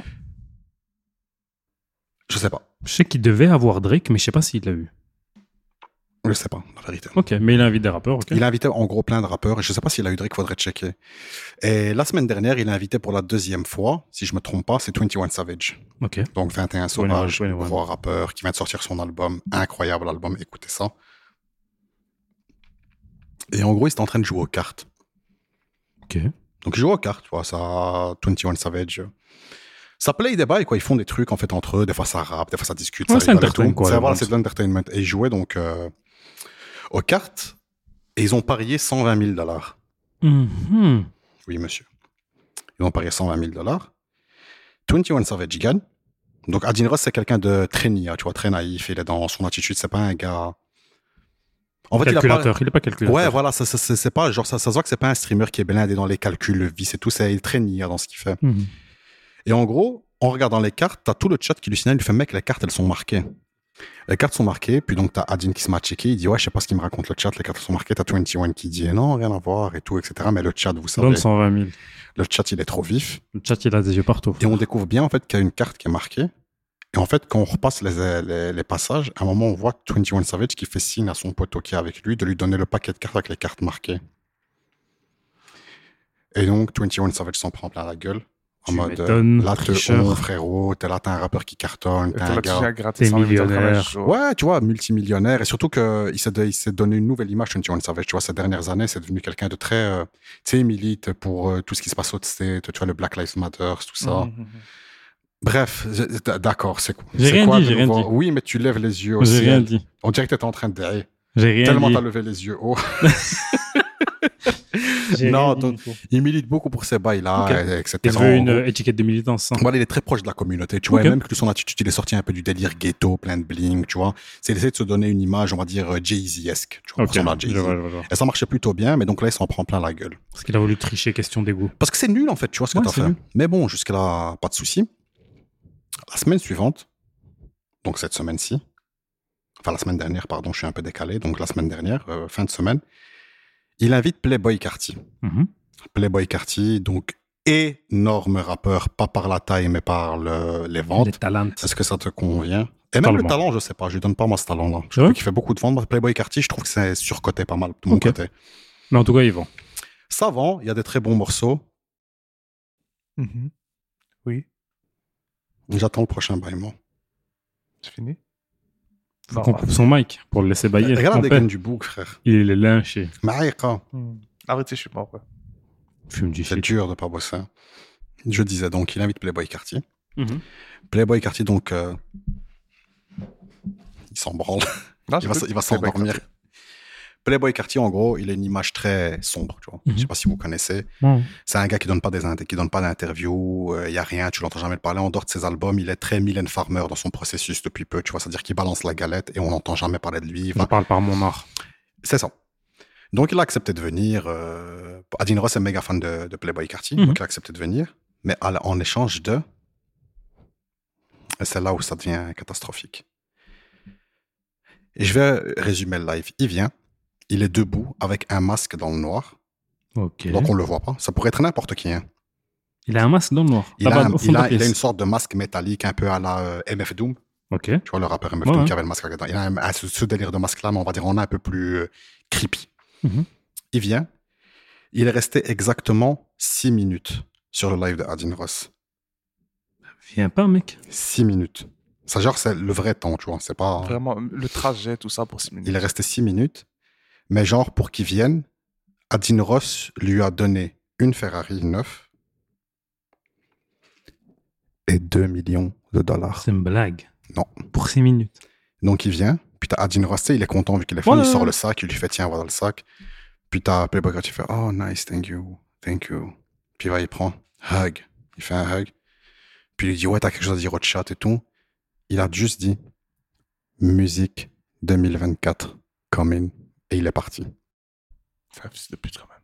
Je sais pas. Je sais qu'il devait avoir Drake, mais je sais pas s'il l'a eu. Je sais pas, la vérité. Ok, mais il invite des rappeurs, ok. Il a invité en gros plein de rappeurs. Et je sais pas s'il a eu Drake, faudrait checker. Et la semaine dernière, il a invité pour la deuxième fois, si je me trompe pas, c'est 21 Savage. Ok. Donc 21 Sauvage, Ouais. gros rappeur qui vient de sortir son album. Incroyable album, écoutez ça. Et en gros, il était en train de jouer aux cartes. Ok. Donc il joue aux cartes, tu vois, ça, 21 Savage. Ça play des bails, quoi. Ils font des trucs, en fait, entre eux. Des fois, ça rappe, des fois, ça discute. Ouais, ça c'est rigole et entertain, tout. quoi, C'est, la voilà, base. c'est de l'entertainment. Et ils jouaient, donc, aux cartes. Et ils ont parié $120 000. Mhm. Oui, monsieur. Ils ont parié $120 000. 21 Savage gagne. Donc, Adin Ross, c'est quelqu'un de très nia, tu vois, très naïf. Il est dans son attitude. C'est pas un gars. En fait, Calculateur, il est pas calculateur. Ouais, voilà, c'est pas, genre, ça se voit que c'est pas un streamer qui est blindé dans les calculs, le vice et tout. Il est très nia dans ce qu'il fait. Mhm. Et en gros, en regardant les cartes, t'as tout le chat qui lui signale, il fait, mec, les cartes, elles sont marquées. Les cartes sont marquées, puis donc t'as Adin qui se m'a checké, il dit, ouais, je sais pas ce qu'il me raconte le chat, les cartes sont marquées, t'as 21 qui dit, non, rien à voir et tout, etc. Mais le chat, vous savez, Donne 120 000. le chat, il est trop vif. Le chat, il a des yeux partout. Et on découvre bien, en fait, qu'il y a une carte qui est marquée. Et en fait, quand on repasse les passages, à un moment, on voit 21 Savage qui fait signe à son pote qui est avec lui de lui donner le paquet de cartes avec les cartes marquées. Et donc, 21 Savage s'en prend plein la gueule. En Tu mode, m'étonnes, là, tricheur. frérot, t'es là, t'as un rappeur qui cartonne, t'as un Là, tu viens gars. gratter T'es 100 000 millionnaire. dans le jour. Ouais, tu vois, multimillionnaire. Et surtout qu'il s'est donné une nouvelle image, 21 Savage. Tu vois, ces dernières années, c'est devenu quelqu'un de très, tu sais, il milite pour tout ce qui se passe au State, tu vois, le Black Lives Matter, tout ça. Mhm. Bref, d'accord, c'est quoi? J'ai c'est rien quoi dit, de j'ai rien nouveau? dit. Oui, mais tu lèves les yeux aussi. J'ai rien dit. On dirait que t'étais en train de derrière. J'ai rien Tellement dit. t'as levé les yeux haut. J'ai Non, rien dit donc, du tout. il milite beaucoup pour ces bails-là, Ok. etc. Il veut une étiquette de militance. hein. Voilà, il est très proche de la communauté, tu vois. Ok. Et même que son attitude, il est sorti un peu du délire ghetto, plein de bling, tu vois. C'est essayer de se donner une image, on va dire, Jay-Z-esque, tu vois, Ok, ressembler à Jay-Z. je vois. Et ça marchait plutôt bien, mais donc là, il s'en prend plein la gueule. Parce qu'il a voulu tricher, question d'égo. Parce que c'est nul, en fait, tu vois, ce que Ouais, t'as c'est fait. nul. Mais bon, jusque là, pas de souci. La semaine suivante, donc cette semaine-ci, enfin la semaine dernière, pardon, je suis un peu décalé, donc la semaine dernière, fin de semaine, il invite Playboi Carti. Mhm. Playboi Carti, donc énorme rappeur, pas par la taille, mais par les Les ventes. talents. Est-ce que ça te convient? Et même Totalement. le talent, je sais pas, je lui donne pas moi ce talent-là. Je Ouais. trouve qu'il fait beaucoup de ventes. Playboi Carti, je trouve que c'est surcoté pas mal de mon Ok. côté. Mais en tout cas, ils vont. Ça vend, il y a des très bons morceaux. Mhm. Oui, J'attends le prochain bâillement. c'est fini. Faut qu'on coupe son mic pour le laisser bailler. Regarde des Tempête. gains du bouc, frère. Il est lynché. Maïka. Arrêtez, je suis mort. Ouais. Fume du C'est shit. dur de pas bosser. Je disais donc, il invite Playboi Carti. Mhm. Playboi Carti, donc, il s'en branle. Non, Il va j'écoute. s'endormir. Playboi Carti, en gros, il a une image très sombre, tu vois. Mhm. Je sais pas si vous connaissez. Ouais. C'est un gars qui donne pas qui donne pas d'interview, il y a rien, tu l'entends jamais le parler en dehors de ses albums, il est très Mylène Farmer dans son processus depuis peu, tu vois, c'est-à-dire qu'il balance la galette et on n'entend jamais parler de lui. Je parle par mon art. C'est ça. Donc il a accepté de venir. Adin Ross est méga fan de Playboi Carti, Mhm. donc il a accepté de venir, mais en échange de. Et c'est là où ça devient catastrophique. Et je vais résumer le live. Il vient, il est debout avec un masque dans le noir, Ok. donc on le voit pas. Ça pourrait être n'importe qui. Hein. Il a un masque dans le noir. Il Là-bas, a, au fond de la il a pièce. une sorte de masque métallique un peu à la MF Doom. Ok. Tu vois, le rappeur MF Ouais, Doom ouais. qui avait le masque là-dedans. Il a ce délire de masque-là, mais on va dire on a un peu plus creepy. Mhm. Il vient. Il est resté exactement 6 minutes sur le live de Adin Ross. Viens pas, mec. 6 minutes. Ça, genre, c'est le vrai temps, tu vois. C'est pas... Vraiment, le trajet, tout ça pour 6 minutes. Il est resté 6 minutes. Mais genre, pour qu'il vienne, Adin Ross lui a donné une Ferrari neuve et 2 millions de dollars. C'est une blague. Non. Pour 6 minutes. Donc il vient, puis t'as Adin Ross, il est content vu qu'il est fan, Ouais, il sort ouais. le sac, il lui fait tiens, voilà le sac. Puis t'as Playboi Carti qui fait oh nice, thank you. Puis il prend hug, il fait un hug. Puis il lui dit ouais, t'as quelque chose à dire au chat et tout. Il a juste dit musique 2024 coming et il est parti. C'est un fils de pute quand même.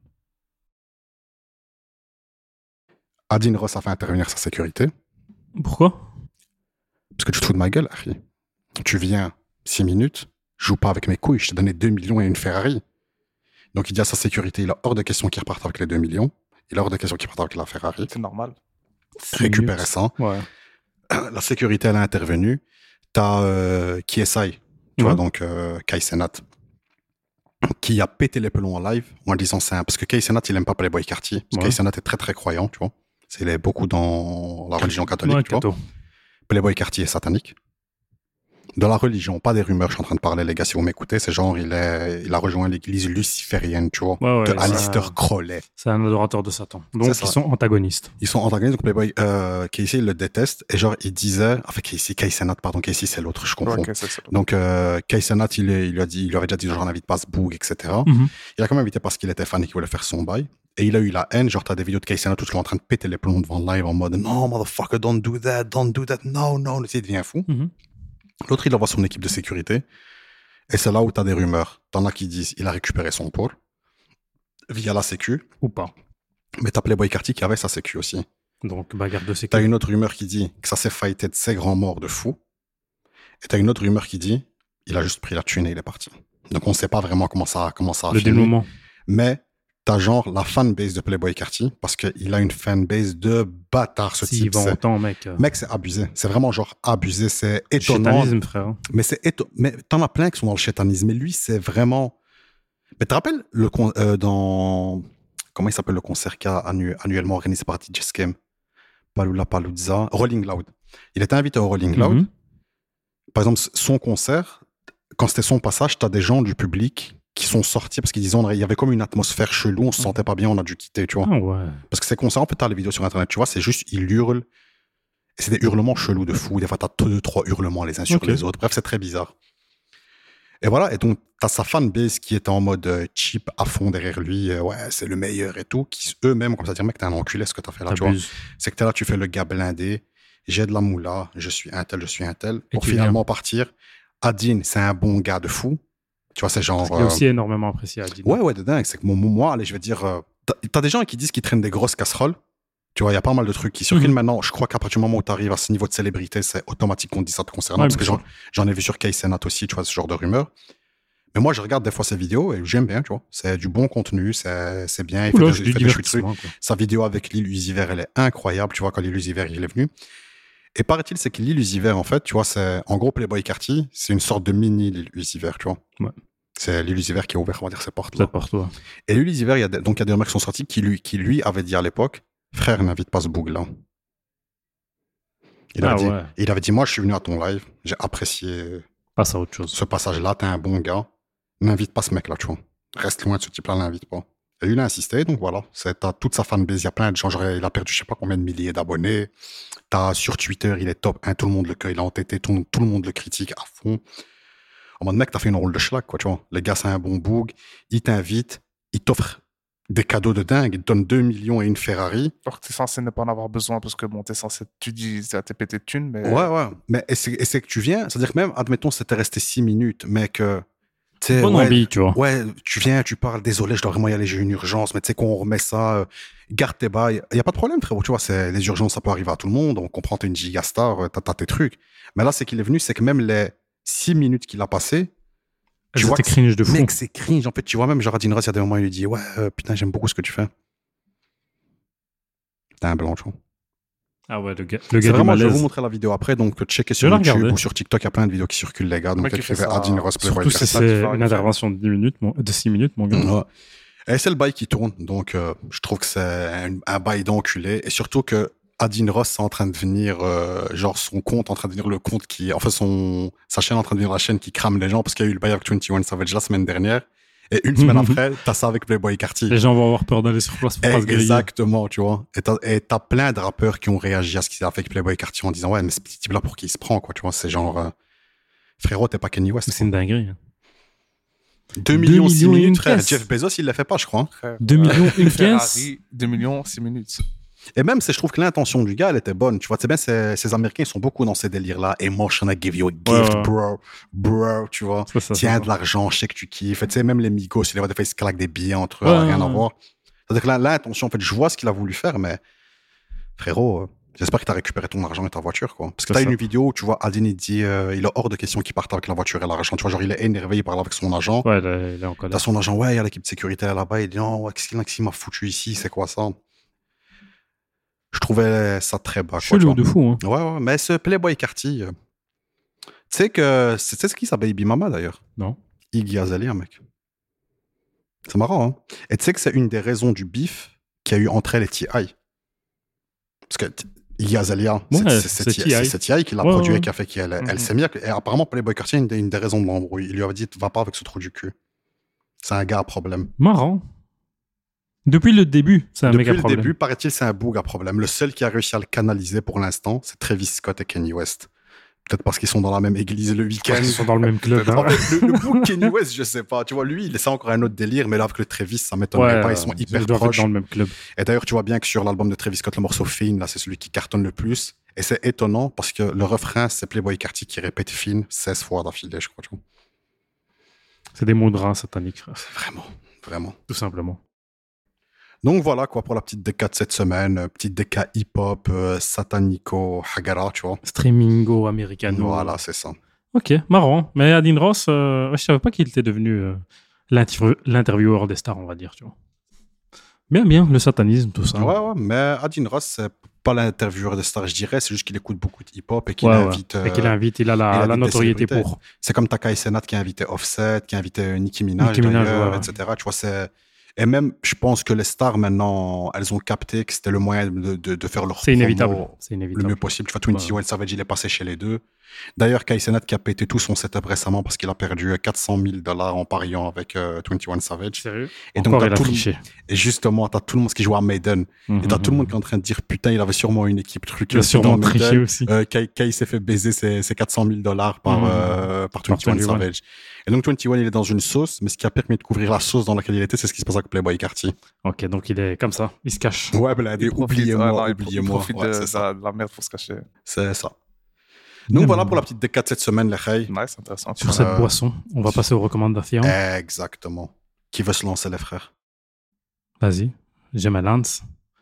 Adin Ross a fait intervenir sa sécurité Pourquoi? parce que tu te fous de ma gueule, Harry. Tu viens 6 minutes, joue pas avec mes couilles, je t'ai donné 2 millions et une Ferrari. Donc il dit à sa sécurité, il a hors de question qu'il reparte avec les 2 millions. Il a hors de question qu'il reparte avec la Ferrari. C'est normal. Récupérer ça. Ouais. La sécurité, elle a intervenu. T'as KSI, tu Ouais. vois, donc Kai Senat. qui a pété les plombs en live en disant ça. Parce que Casey Neistat, il aime pas Playboi Carti. Parce que Casey Neistat est très, très croyant, tu vois. Il est beaucoup dans la religion catholique, tu vois. Playboi Carti est satanique. De la religion, pas des rumeurs, je suis en train de parler, les gars, si vous m'écoutez, c'est genre, il a rejoint l'église luciférienne, tu vois, de Aleister Crowley. C'est un adorateur de Satan. Donc, ils sont antagonistes. Ils sont antagonistes, donc Playboy, Casey, il le déteste, et genre, il disait, enfin, Casey Neistat, pardon, Casey, c'est l'autre, je confonds. Okay, donc, Casey Neistat, il lui avait déjà dit, genre, n'invite pas ce boug, etc. Il a quand même invité parce qu'il était fan et qu'il voulait faire son bail. Et il a eu la haine, genre, t'as des vidéos de Casey Neistat, tout qui est en train de péter les plombs devant le live en mode, non, motherfucker, don't do that, no, il devient fou. L'autre, il envoie son équipe de sécurité. Et c'est là où tu as des rumeurs. T'en as qui disent il a récupéré son pôle via la sécu. Ou pas. Mais t'as Playboi Carti qui avait sa sécu aussi. Donc, bagarre de sécu. T'as une autre rumeur qui dit que ça s'est fighté de ses grands morts de fou. Et t'as une autre rumeur qui dit il a juste pris la thune et il est parti. Donc, on ne sait pas vraiment comment ça a le fini. dénouement. Mais t'as genre la fanbase de Playboi Carti parce qu'il a une fanbase de bâtard, ce type. Il vend autant, mec. Mec, c'est abusé. C'est vraiment genre abusé. C'est étonnant. Chétanisme, frère. Mais t'en as plein qui sont dans le chétanisme. Mais lui, c'est vraiment... Mais tu te rappelles dans... Comment il s'appelle le concert qui a annuellement organisé par DJ Scam? Palooza. Rolling Loud. Il était invité au Rolling Loud. Par exemple, son concert, quand c'était son passage, t'as des gens du public qui sont sortis parce qu'ils disaient il y avait comme une atmosphère chelou, on se sentait pas bien, on a dû quitter, tu vois. Ah ouais. Parce que ces concerts, en fait, t'as les vidéos sur Internet, tu vois, c'est juste, ils hurlent. Et c'est des hurlements chelous de fou. Des fois, t'as 2-3 hurlements les uns sur les autres. Bref, c'est très bizarre. Et voilà, et donc, t'as sa fanbase qui est en mode cheap à fond derrière lui, ouais, c'est le meilleur et tout, qui eux-mêmes, comme ça, dire, mec, t'es un enculé ce que t'as fait là, tu vois. C'est que t'es là, tu fais le gars blindé, j'ai de la moula, je suis un tel, pour finalement partir. Adine, c'est un bon gars de fou. Tu vois, c'est genre... Il est aussi énormément apprécié à Adine. Ouais, de dingue. C'est que moi, allez, je vais dire... T'as des gens qui disent qu'ils traînent des grosses casseroles. Tu vois, il y a pas mal de trucs qui circulent maintenant. Je crois qu'à partir du moment où tu arrives à ce niveau de célébrité, c'est automatique qu'on dit ça te concernant. Parce que j'en ai vu sur Casey Neistat aussi, tu vois, ce genre de rumeurs. Mais moi, je regarde des fois ses vidéos et j'aime bien, tu vois. C'est du bon contenu, c'est bien. Il fait des trucs. Sa vidéo avec Lil Uzi Vert, elle est incroyable, tu vois, quand Lil Uzi Vert, il est venu. Et paraît-il, c'est que Lil Uzi Vert, en fait, tu vois, c'est... En gros, Playboi Carti, c'est une sorte de mini Lil Uzi Vert, tu vois. Ouais. C'est Lil Uzi Vert qui a ouvert, on va dire, ses portes. Ouais. Et Lil Uzi Vert, il y a des rumeurs qui sont sorties qui lui avait dit à l'époque, frère, n'invite pas ce boug-là. Il avait dit, moi, je suis venu à ton live, j'ai apprécié passe à autre chose. Ce passage-là, t'es un bon gars, n'invite pas ce mec-là, tu vois. Reste loin de ce type-là, l'invite pas. Et lui, il a insisté, donc voilà. T'as toute sa fanbase, il y a plein de gens, il a perdu je sais pas combien de milliers d'abonnés. T'as sur Twitter, il est top, tout le monde le cueille, il a entêté, tout le monde le critique à fond. En mode, mec, t'as fait une rôle de schlag, quoi, tu vois. Les gars, c'est un bon boug, il t'invite, il t'offre des cadeaux de dingue, il te donne 2 millions et une Ferrari. Alors que t'es censé ne pas en avoir besoin, parce que bon, t'es censé, tu dis, t'es pété de thunes, mais... Ouais. Mais c'est que tu viens, c'est-à-dire que même, admettons, c'était resté 6 minutes, mais que... Bonne envie, tu vois. Ouais, tu viens, tu parles, désolé, je dois vraiment y aller, j'ai une urgence, mais tu sais qu'on remet ça, garde tes bails. Il n'y a pas de problème, frérot, tu vois, les urgences, ça peut arriver à tout le monde, on comprend, t'es une gigastar, t'as tes trucs. Mais là, c'est qu'il est venu, c'est que même les 6 minutes qu'il a passées, tu vois, c'est cringe de fou. Mec, c'est cringe, en fait, tu vois, même genre Adine Ross, il y a des moments, il lui dit, ouais, putain, j'aime beaucoup ce que tu fais. T'es un blanc, tu vois. Ah ouais, le gars vraiment, je vais vous montrer la vidéo après, donc checkez sur YouTube ou sur TikTok, il y a plein de vidéos qui circulent, les gars. Donc écrivez Adine Ross, Surtout si c'est une intervention de 6 minutes, mon gars. Ouais. Et c'est le bail qui tourne, donc je trouve que c'est un bail d'enculé, et surtout que Adine Ross est en train de devenir, genre son compte en train de devenir le compte qui, en fait sa chaîne est en train de devenir la chaîne qui crame les gens, parce qu'il y a eu le bail avec 21 Savage la semaine dernière. Et une semaine après, t'as ça avec Playboi Carti. Les gens vont avoir peur d'aller sur place pour pas se griller. Exactement, tu vois. Et t'as plein de rappeurs qui ont réagi à ce qu'il a fait avec Playboi Carti en disant, ouais, mais ce petit type-là, pour qui il se prend, quoi, tu vois. C'est genre, frérot, t'es pas Kanye West. C'est une dinguerie. 2 millions 6 minutes, frère. Jeff Bezos, il l'a fait pas, je crois. 2 millions une caisse. 2 millions 6 minutes. Et même, je trouve que l'intention du gars, elle était bonne. Tu vois, c'est bien, ces Américains, ils sont beaucoup dans ces délires-là. Emotional, give you a gift, bro, tu vois. Tiens, de l'argent, je sais que tu kiffes. Tu sais, même les migos, des fois, ils se claquent des billets entre eux, rien à voir. C'est-à-dire que l'intention, en fait, je vois ce qu'il a voulu faire, mais frérot, j'espère que tu as récupéré ton argent et ta voiture, quoi. Parce que tu as une vidéo où tu vois, Adine, il dit, il est hors de question qu'il parte avec la voiture et l'argent. Tu vois, genre, il est énervé, il parle avec son agent. Ouais, il est en colère. T'as son agent, ouais, il y a l'équipe de sécurité là-bas. Il dit, non, ouais, qu'est-ce qu'il m'a foutu ici, c'est quoi ça? Je trouvais ça très bas. Chelou de fou, hein. Ouais, mais ce Playboi Carti, tu sais ce qui sa baby mama, d'ailleurs? Non. Iggy Azalea, mec. C'est marrant, hein. Et tu sais que c'est une des raisons du bif qu'il y a eu entre elle et T.I. Parce que Yazelia, Ouais, c'est T.I. c'est T.I. qui l'a Ouais, produit ouais. et qui a fait qu'elle s'est mise. Et apparemment, Playboy Carti, une des raisons de l'embrouille. Il lui avait dit, va pas avec ce trou du cul. C'est un gars à problème. Marrant. Depuis le début, c'est un Depuis méga le problème. début, paraît-il, c'est un boug à problème. Le seul qui a réussi à le canaliser pour l'instant, c'est Travis Scott et Kanye West. Peut-être parce qu'ils sont dans la même église le week-end. Ils sont dans le même club. En Hein. fait, le boug Kanye West, je sais pas. Tu vois, lui, c'est encore un autre délire, mais là, avec le Travis, ça m'étonnerait pas. Ils sont hyper ils doivent être proches. dans le même club. Et d'ailleurs, tu vois bien que sur l'album de Travis Scott, le morceau Fine, là, c'est celui qui cartonne le plus. Et c'est étonnant parce que le refrain, c'est Playboy Carti qui répète Fine 16 fois d'affilée, je crois. Tu vois. C'est des mots de rein sataniques, frère. Vraiment, vraiment. Tout simplement. Donc voilà quoi pour la petite déca de cette semaine. Petite déca hip-hop, satanico, hagara, tu vois. Streamingo, americano. Voilà, c'est ça. Ok, marrant. Mais Adin Ross, je savais pas qu'il était devenu l'intervieweur des stars, on va dire, tu vois. Bien, bien, le satanisme, tout ça. Ouais, mais Adin Ross, c'est pas l'intervieweur des stars, je dirais. C'est juste qu'il écoute beaucoup de hip-hop et qu'il Ouais, invite. Et qu'il invite, il a la invite des notoriété célébrités. pour. C'est comme Takai Senat qui a invité Offset, qui a invité Nicki Minaj, Nicki Minaj, d'ailleurs, ouais. etc. Tu vois, c'est... Et même, je pense que les stars, maintenant, elles ont capté que c'était le moyen de faire leur C'est inévitable. promo C'est le inévitable. mieux possible. Tu vois, 21 Ouais. Savage, il est passé chez les deux. D'ailleurs, Kai Cenat qui a pété tout son setup récemment parce qu'il a perdu $400,000 en pariant avec 21 Savage. Sérieux. Et Encore, donc, il a t'as tout le- triché. Et justement, t'as tout le monde qui joue à Maiden. Et t'as tout le monde qui est en train de dire, putain, il avait sûrement une équipe Il a truqueuse sûrement dans Maiden. triché aussi. Kai s'est fait baiser ses $400,000 par 21 21. Savage. Et donc 21, il est dans une sauce, mais ce qui a permis de couvrir la sauce dans laquelle il était, c'est ce qui se passe avec Playboy Carti. Ok, donc il est comme ça. Il se cache. Ouais, ben, Il profite, oubliez-moi, il oubliez-moi. profite Ouais, de c'est ça. de la merde pour se cacher. C'est ça. Donc voilà pour la petite déca de cette semaine, les reilles. Nice, intéressant. Sur cette boisson, on va passer aux recommandations. Exactement. Qui veut se lancer, les frères? Vas-y, j'ai ma lance.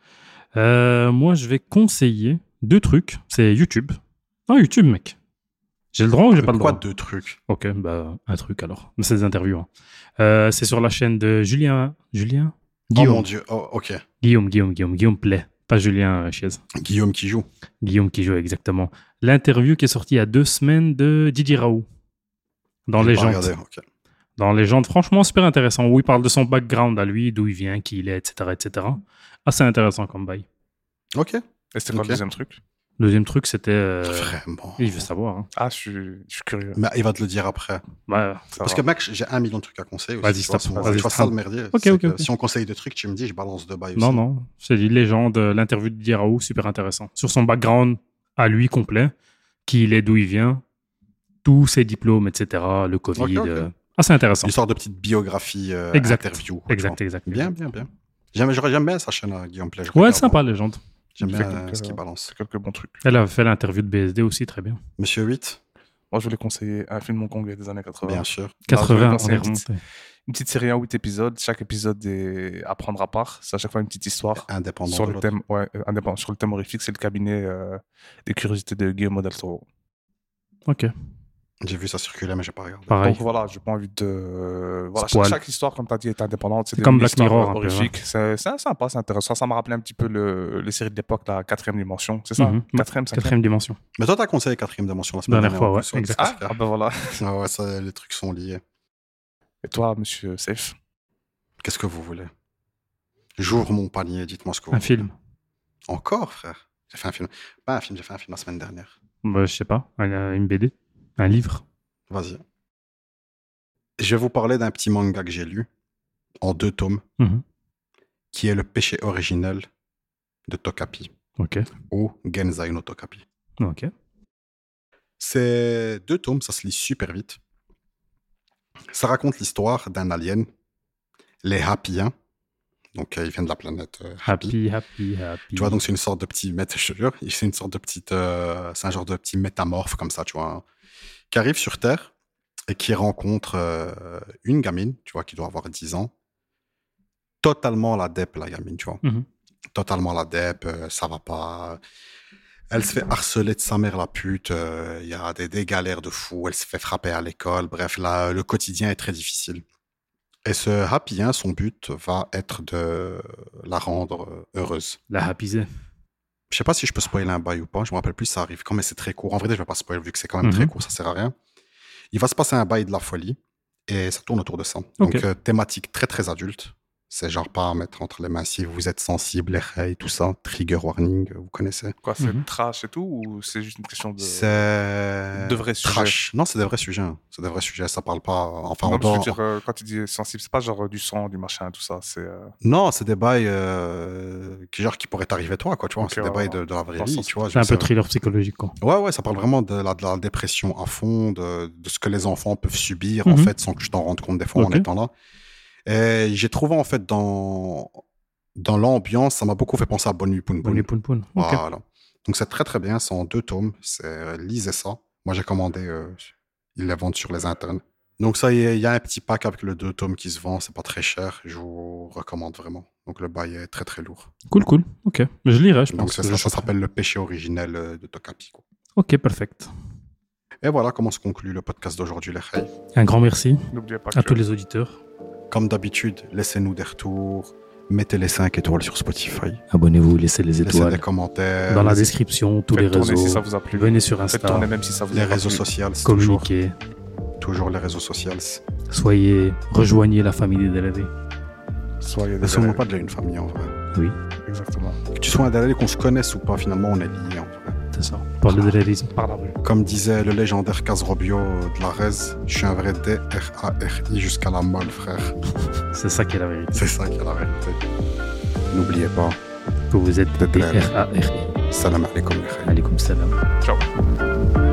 Moi, je vais conseiller 2 trucs. C'est YouTube. Ah, YouTube, mec. J'ai le droit ou j'ai pas le Pourquoi droit? 2 trucs? Ok, bah, un truc alors. Mais c'est des interviews. Hein. C'est sur la chaîne de Julien. Julien? Oh Guillaume. mon dieu, oh, ok. Guillaume Play. Pas Julien Chiez. Guillaume qui joue. Guillaume qui joue, exactement. L'interview qui est sortie il y a 2 semaines de Didier Raoult. Dans J'ai les pas gens. regardé, ok. Dans Légende, franchement, super intéressant. Où il parle de son background à lui, d'où il vient, qui il est, etc., etc. Assez intéressant comme bail. Ok. Et c'était quoi Ok. le deuxième truc? Deuxième truc, c'était... Vraiment. Il veut savoir. Hein. Ah, je suis curieux. Mais il va te le dire après. Ouais. Ça Parce va. que, mec, j'ai 1 million de trucs à conseiller aussi. Vas-y, tu vois, stop. c'est- Vas-y, tu vois, stop. ça le merdier. Ok, C'est ok, que ok. Si on conseille des trucs, tu me dis, je balance 2 bails aussi. Non, non. C'est dit Légende, l'interview de Didier Raoult, super intéressant. Sur son background à lui complet, qui il est, d'où il vient, tous ses diplômes, etc., le Covid. Ok, ok. Assez intéressant. Une sorte de petite biographie Exact. interview. quoi, tu Exact, vois. exact. Bien, bien, bien. J'aime bien sa chaîne, Guillaume Play. je Ouais, regarde, sympa, Légende. J'aime Il bien fait quelques- ce qu'il balance. C'est quelques bons trucs. Elle a fait l'interview de BSD aussi, très bien. Monsieur 8, Moi, je voulais conseiller un film hongkongais des années 80. bien sûr. 80, on conseiller est une petite- remonté. Une petite série en 8 épisodes. Chaque épisode est à prendre à part. C'est à chaque fois une petite histoire. Indépendant Sur de le l'autre. thème, indépendant. Sur le thème horrifique, c'est le cabinet des curiosités de Guillermo del Toro. Ok, J'ai vu ça circuler, mais j'ai pas regardé. pareil. Donc voilà, j'ai pas envie de. Voilà, Spoil. chaque histoire, comme tu as dit, est indépendante. C'est des comme Black histoires Mirror, un peu, horrifiques. C'est sympa, c'est intéressant. Ça m'a rappelé un petit peu les séries de l'époque, la 4e dimension. C'est ça? Mhm. 4e, 5e. Quatrième dimension. Mais toi, t'as conseillé 4e dimension la semaine Dernière dernière. fois, en plus, ouais, exact. Ah ben voilà. Ah ouais, ça, les trucs sont liés. Et toi, monsieur Safe? Qu'est-ce que vous voulez? J'ouvre mon panier, dites-moi ce que vous Un voulez. film. Encore, frère? J'ai fait un film. Pas un film, j'ai fait un film la semaine dernière. Bah, je sais pas, une BD, un livre. Vas-y. Je vais vous parler d'un petit manga que j'ai lu, en 2 tomes, Mhm. qui est Le péché originel de Tokapi, Ok, ou Genzai no Tokapi. ok. C'est 2 tomes, ça se lit super vite. Ça raconte l'histoire d'un alien, les Happiens. Donc, ils viennent de la planète Happy. Happy. Tu vois, donc c'est une sorte de petit je te jure, c'est une sorte de petite, c'est un genre de petit métamorphe comme ça, tu vois, hein, qui arrive sur Terre et qui rencontre une gamine, tu vois, qui doit avoir 10 ans, totalement la dep, la gamine, tu vois, Mhm. totalement la dep, ça va pas. Elle se fait harceler de sa mère, la pute, il y a des galères de fou, elle se fait frapper à l'école, bref, là, le quotidien est très difficile. Et ce Happy 1, son but va être de la rendre heureuse. La Happy. Je sais pas si je peux spoiler un bail ou pas, je me rappelle plus, ça arrive quand, mais c'est très court. En vrai, je vais pas spoiler vu que c'est quand même très court, ça sert à rien. Il va se passer un bail de la folie. Et ça tourne autour de ça. Ok. Donc, thématique très, très adulte. C'est genre pas à mettre entre les mains si vous êtes sensible, les rails, tout ça. Trigger warning, vous connaissez. Quoi, c'est Mhm. trash et tout ou c'est juste une question de. C'est de vrais sujets. trash. Non, c'est des vrais sujets. C'est des vrais sujets. Ça parle pas. Enfin, Non, on mais je veux doit... dire, quand tu dis sensible, c'est pas genre du sang, du machin, tout ça. C'est. Non, c'est des bails qui pourraient t'arriver toi, quoi. Tu vois, Ok, c'est des ouais, bails ouais. de la vraie Dans ce vie, sens. tu vois. C'est un je sais. peu thriller psychologique, quoi. Ouais, ça parle vraiment de la dépression à fond, de ce que les enfants peuvent subir, en Mhm. fait, sans que je t'en rende compte des fois Ok. en étant là. Et j'ai trouvé, en fait, dans l'ambiance, ça m'a beaucoup fait penser à Bonne Nuit Poun Poun. Bonne poun poun. Ok. Voilà. Donc, c'est très, très bien. C'est en 2 tomes. Lisez ça. Moi, j'ai commandé. Ils les vendent sur les internes. Donc, ça, il y a un petit pack avec le 2 tomes qui se vend. C'est pas très cher. Je vous recommande vraiment. Donc, le bail est très, très lourd. Cool. Ok. Je lirai, je Donc, pense. ça, que ça je s'appelle Le péché originel de Tokapi, quoi. Ok, perfect. Et voilà comment se conclut le podcast d'aujourd'hui, les Khaïs. Un grand merci N'oubliez pas à que. tous les auditeurs. Comme d'habitude, laissez-nous des retours. Mettez les 5 étoiles sur Spotify. Abonnez-vous, laissez les Laissez des étoiles. commentaires. Dans la laissez- description, tous les Faites tourner réseaux. si ça vous a plu. Venez sur Faites Insta. tourner même si ça vous Les a pas réseaux plu. sociaux, c'est toujours, Communiquez. toujours les réseaux sociaux. Rejoignez la famille des DLV. Soyez Ne sommes désolés. pas de une famille en vrai. Oui, Exactement. Que tu sois un DLV, qu'on se connaisse ou pas, finalement, on est liés en vrai. c'est ça. Par le DLVisme. Par la rue. Comme disait le légendaire Casrobio de la Rez, je suis un vrai DRARI jusqu'à la molle, frère. C'est ça qui est la vérité. C'est ça qui est la vérité. N'oubliez pas, Que vous êtes Des des DLV. RARI. salam alaikum les Khaïs. Alaikum salam. Ciao.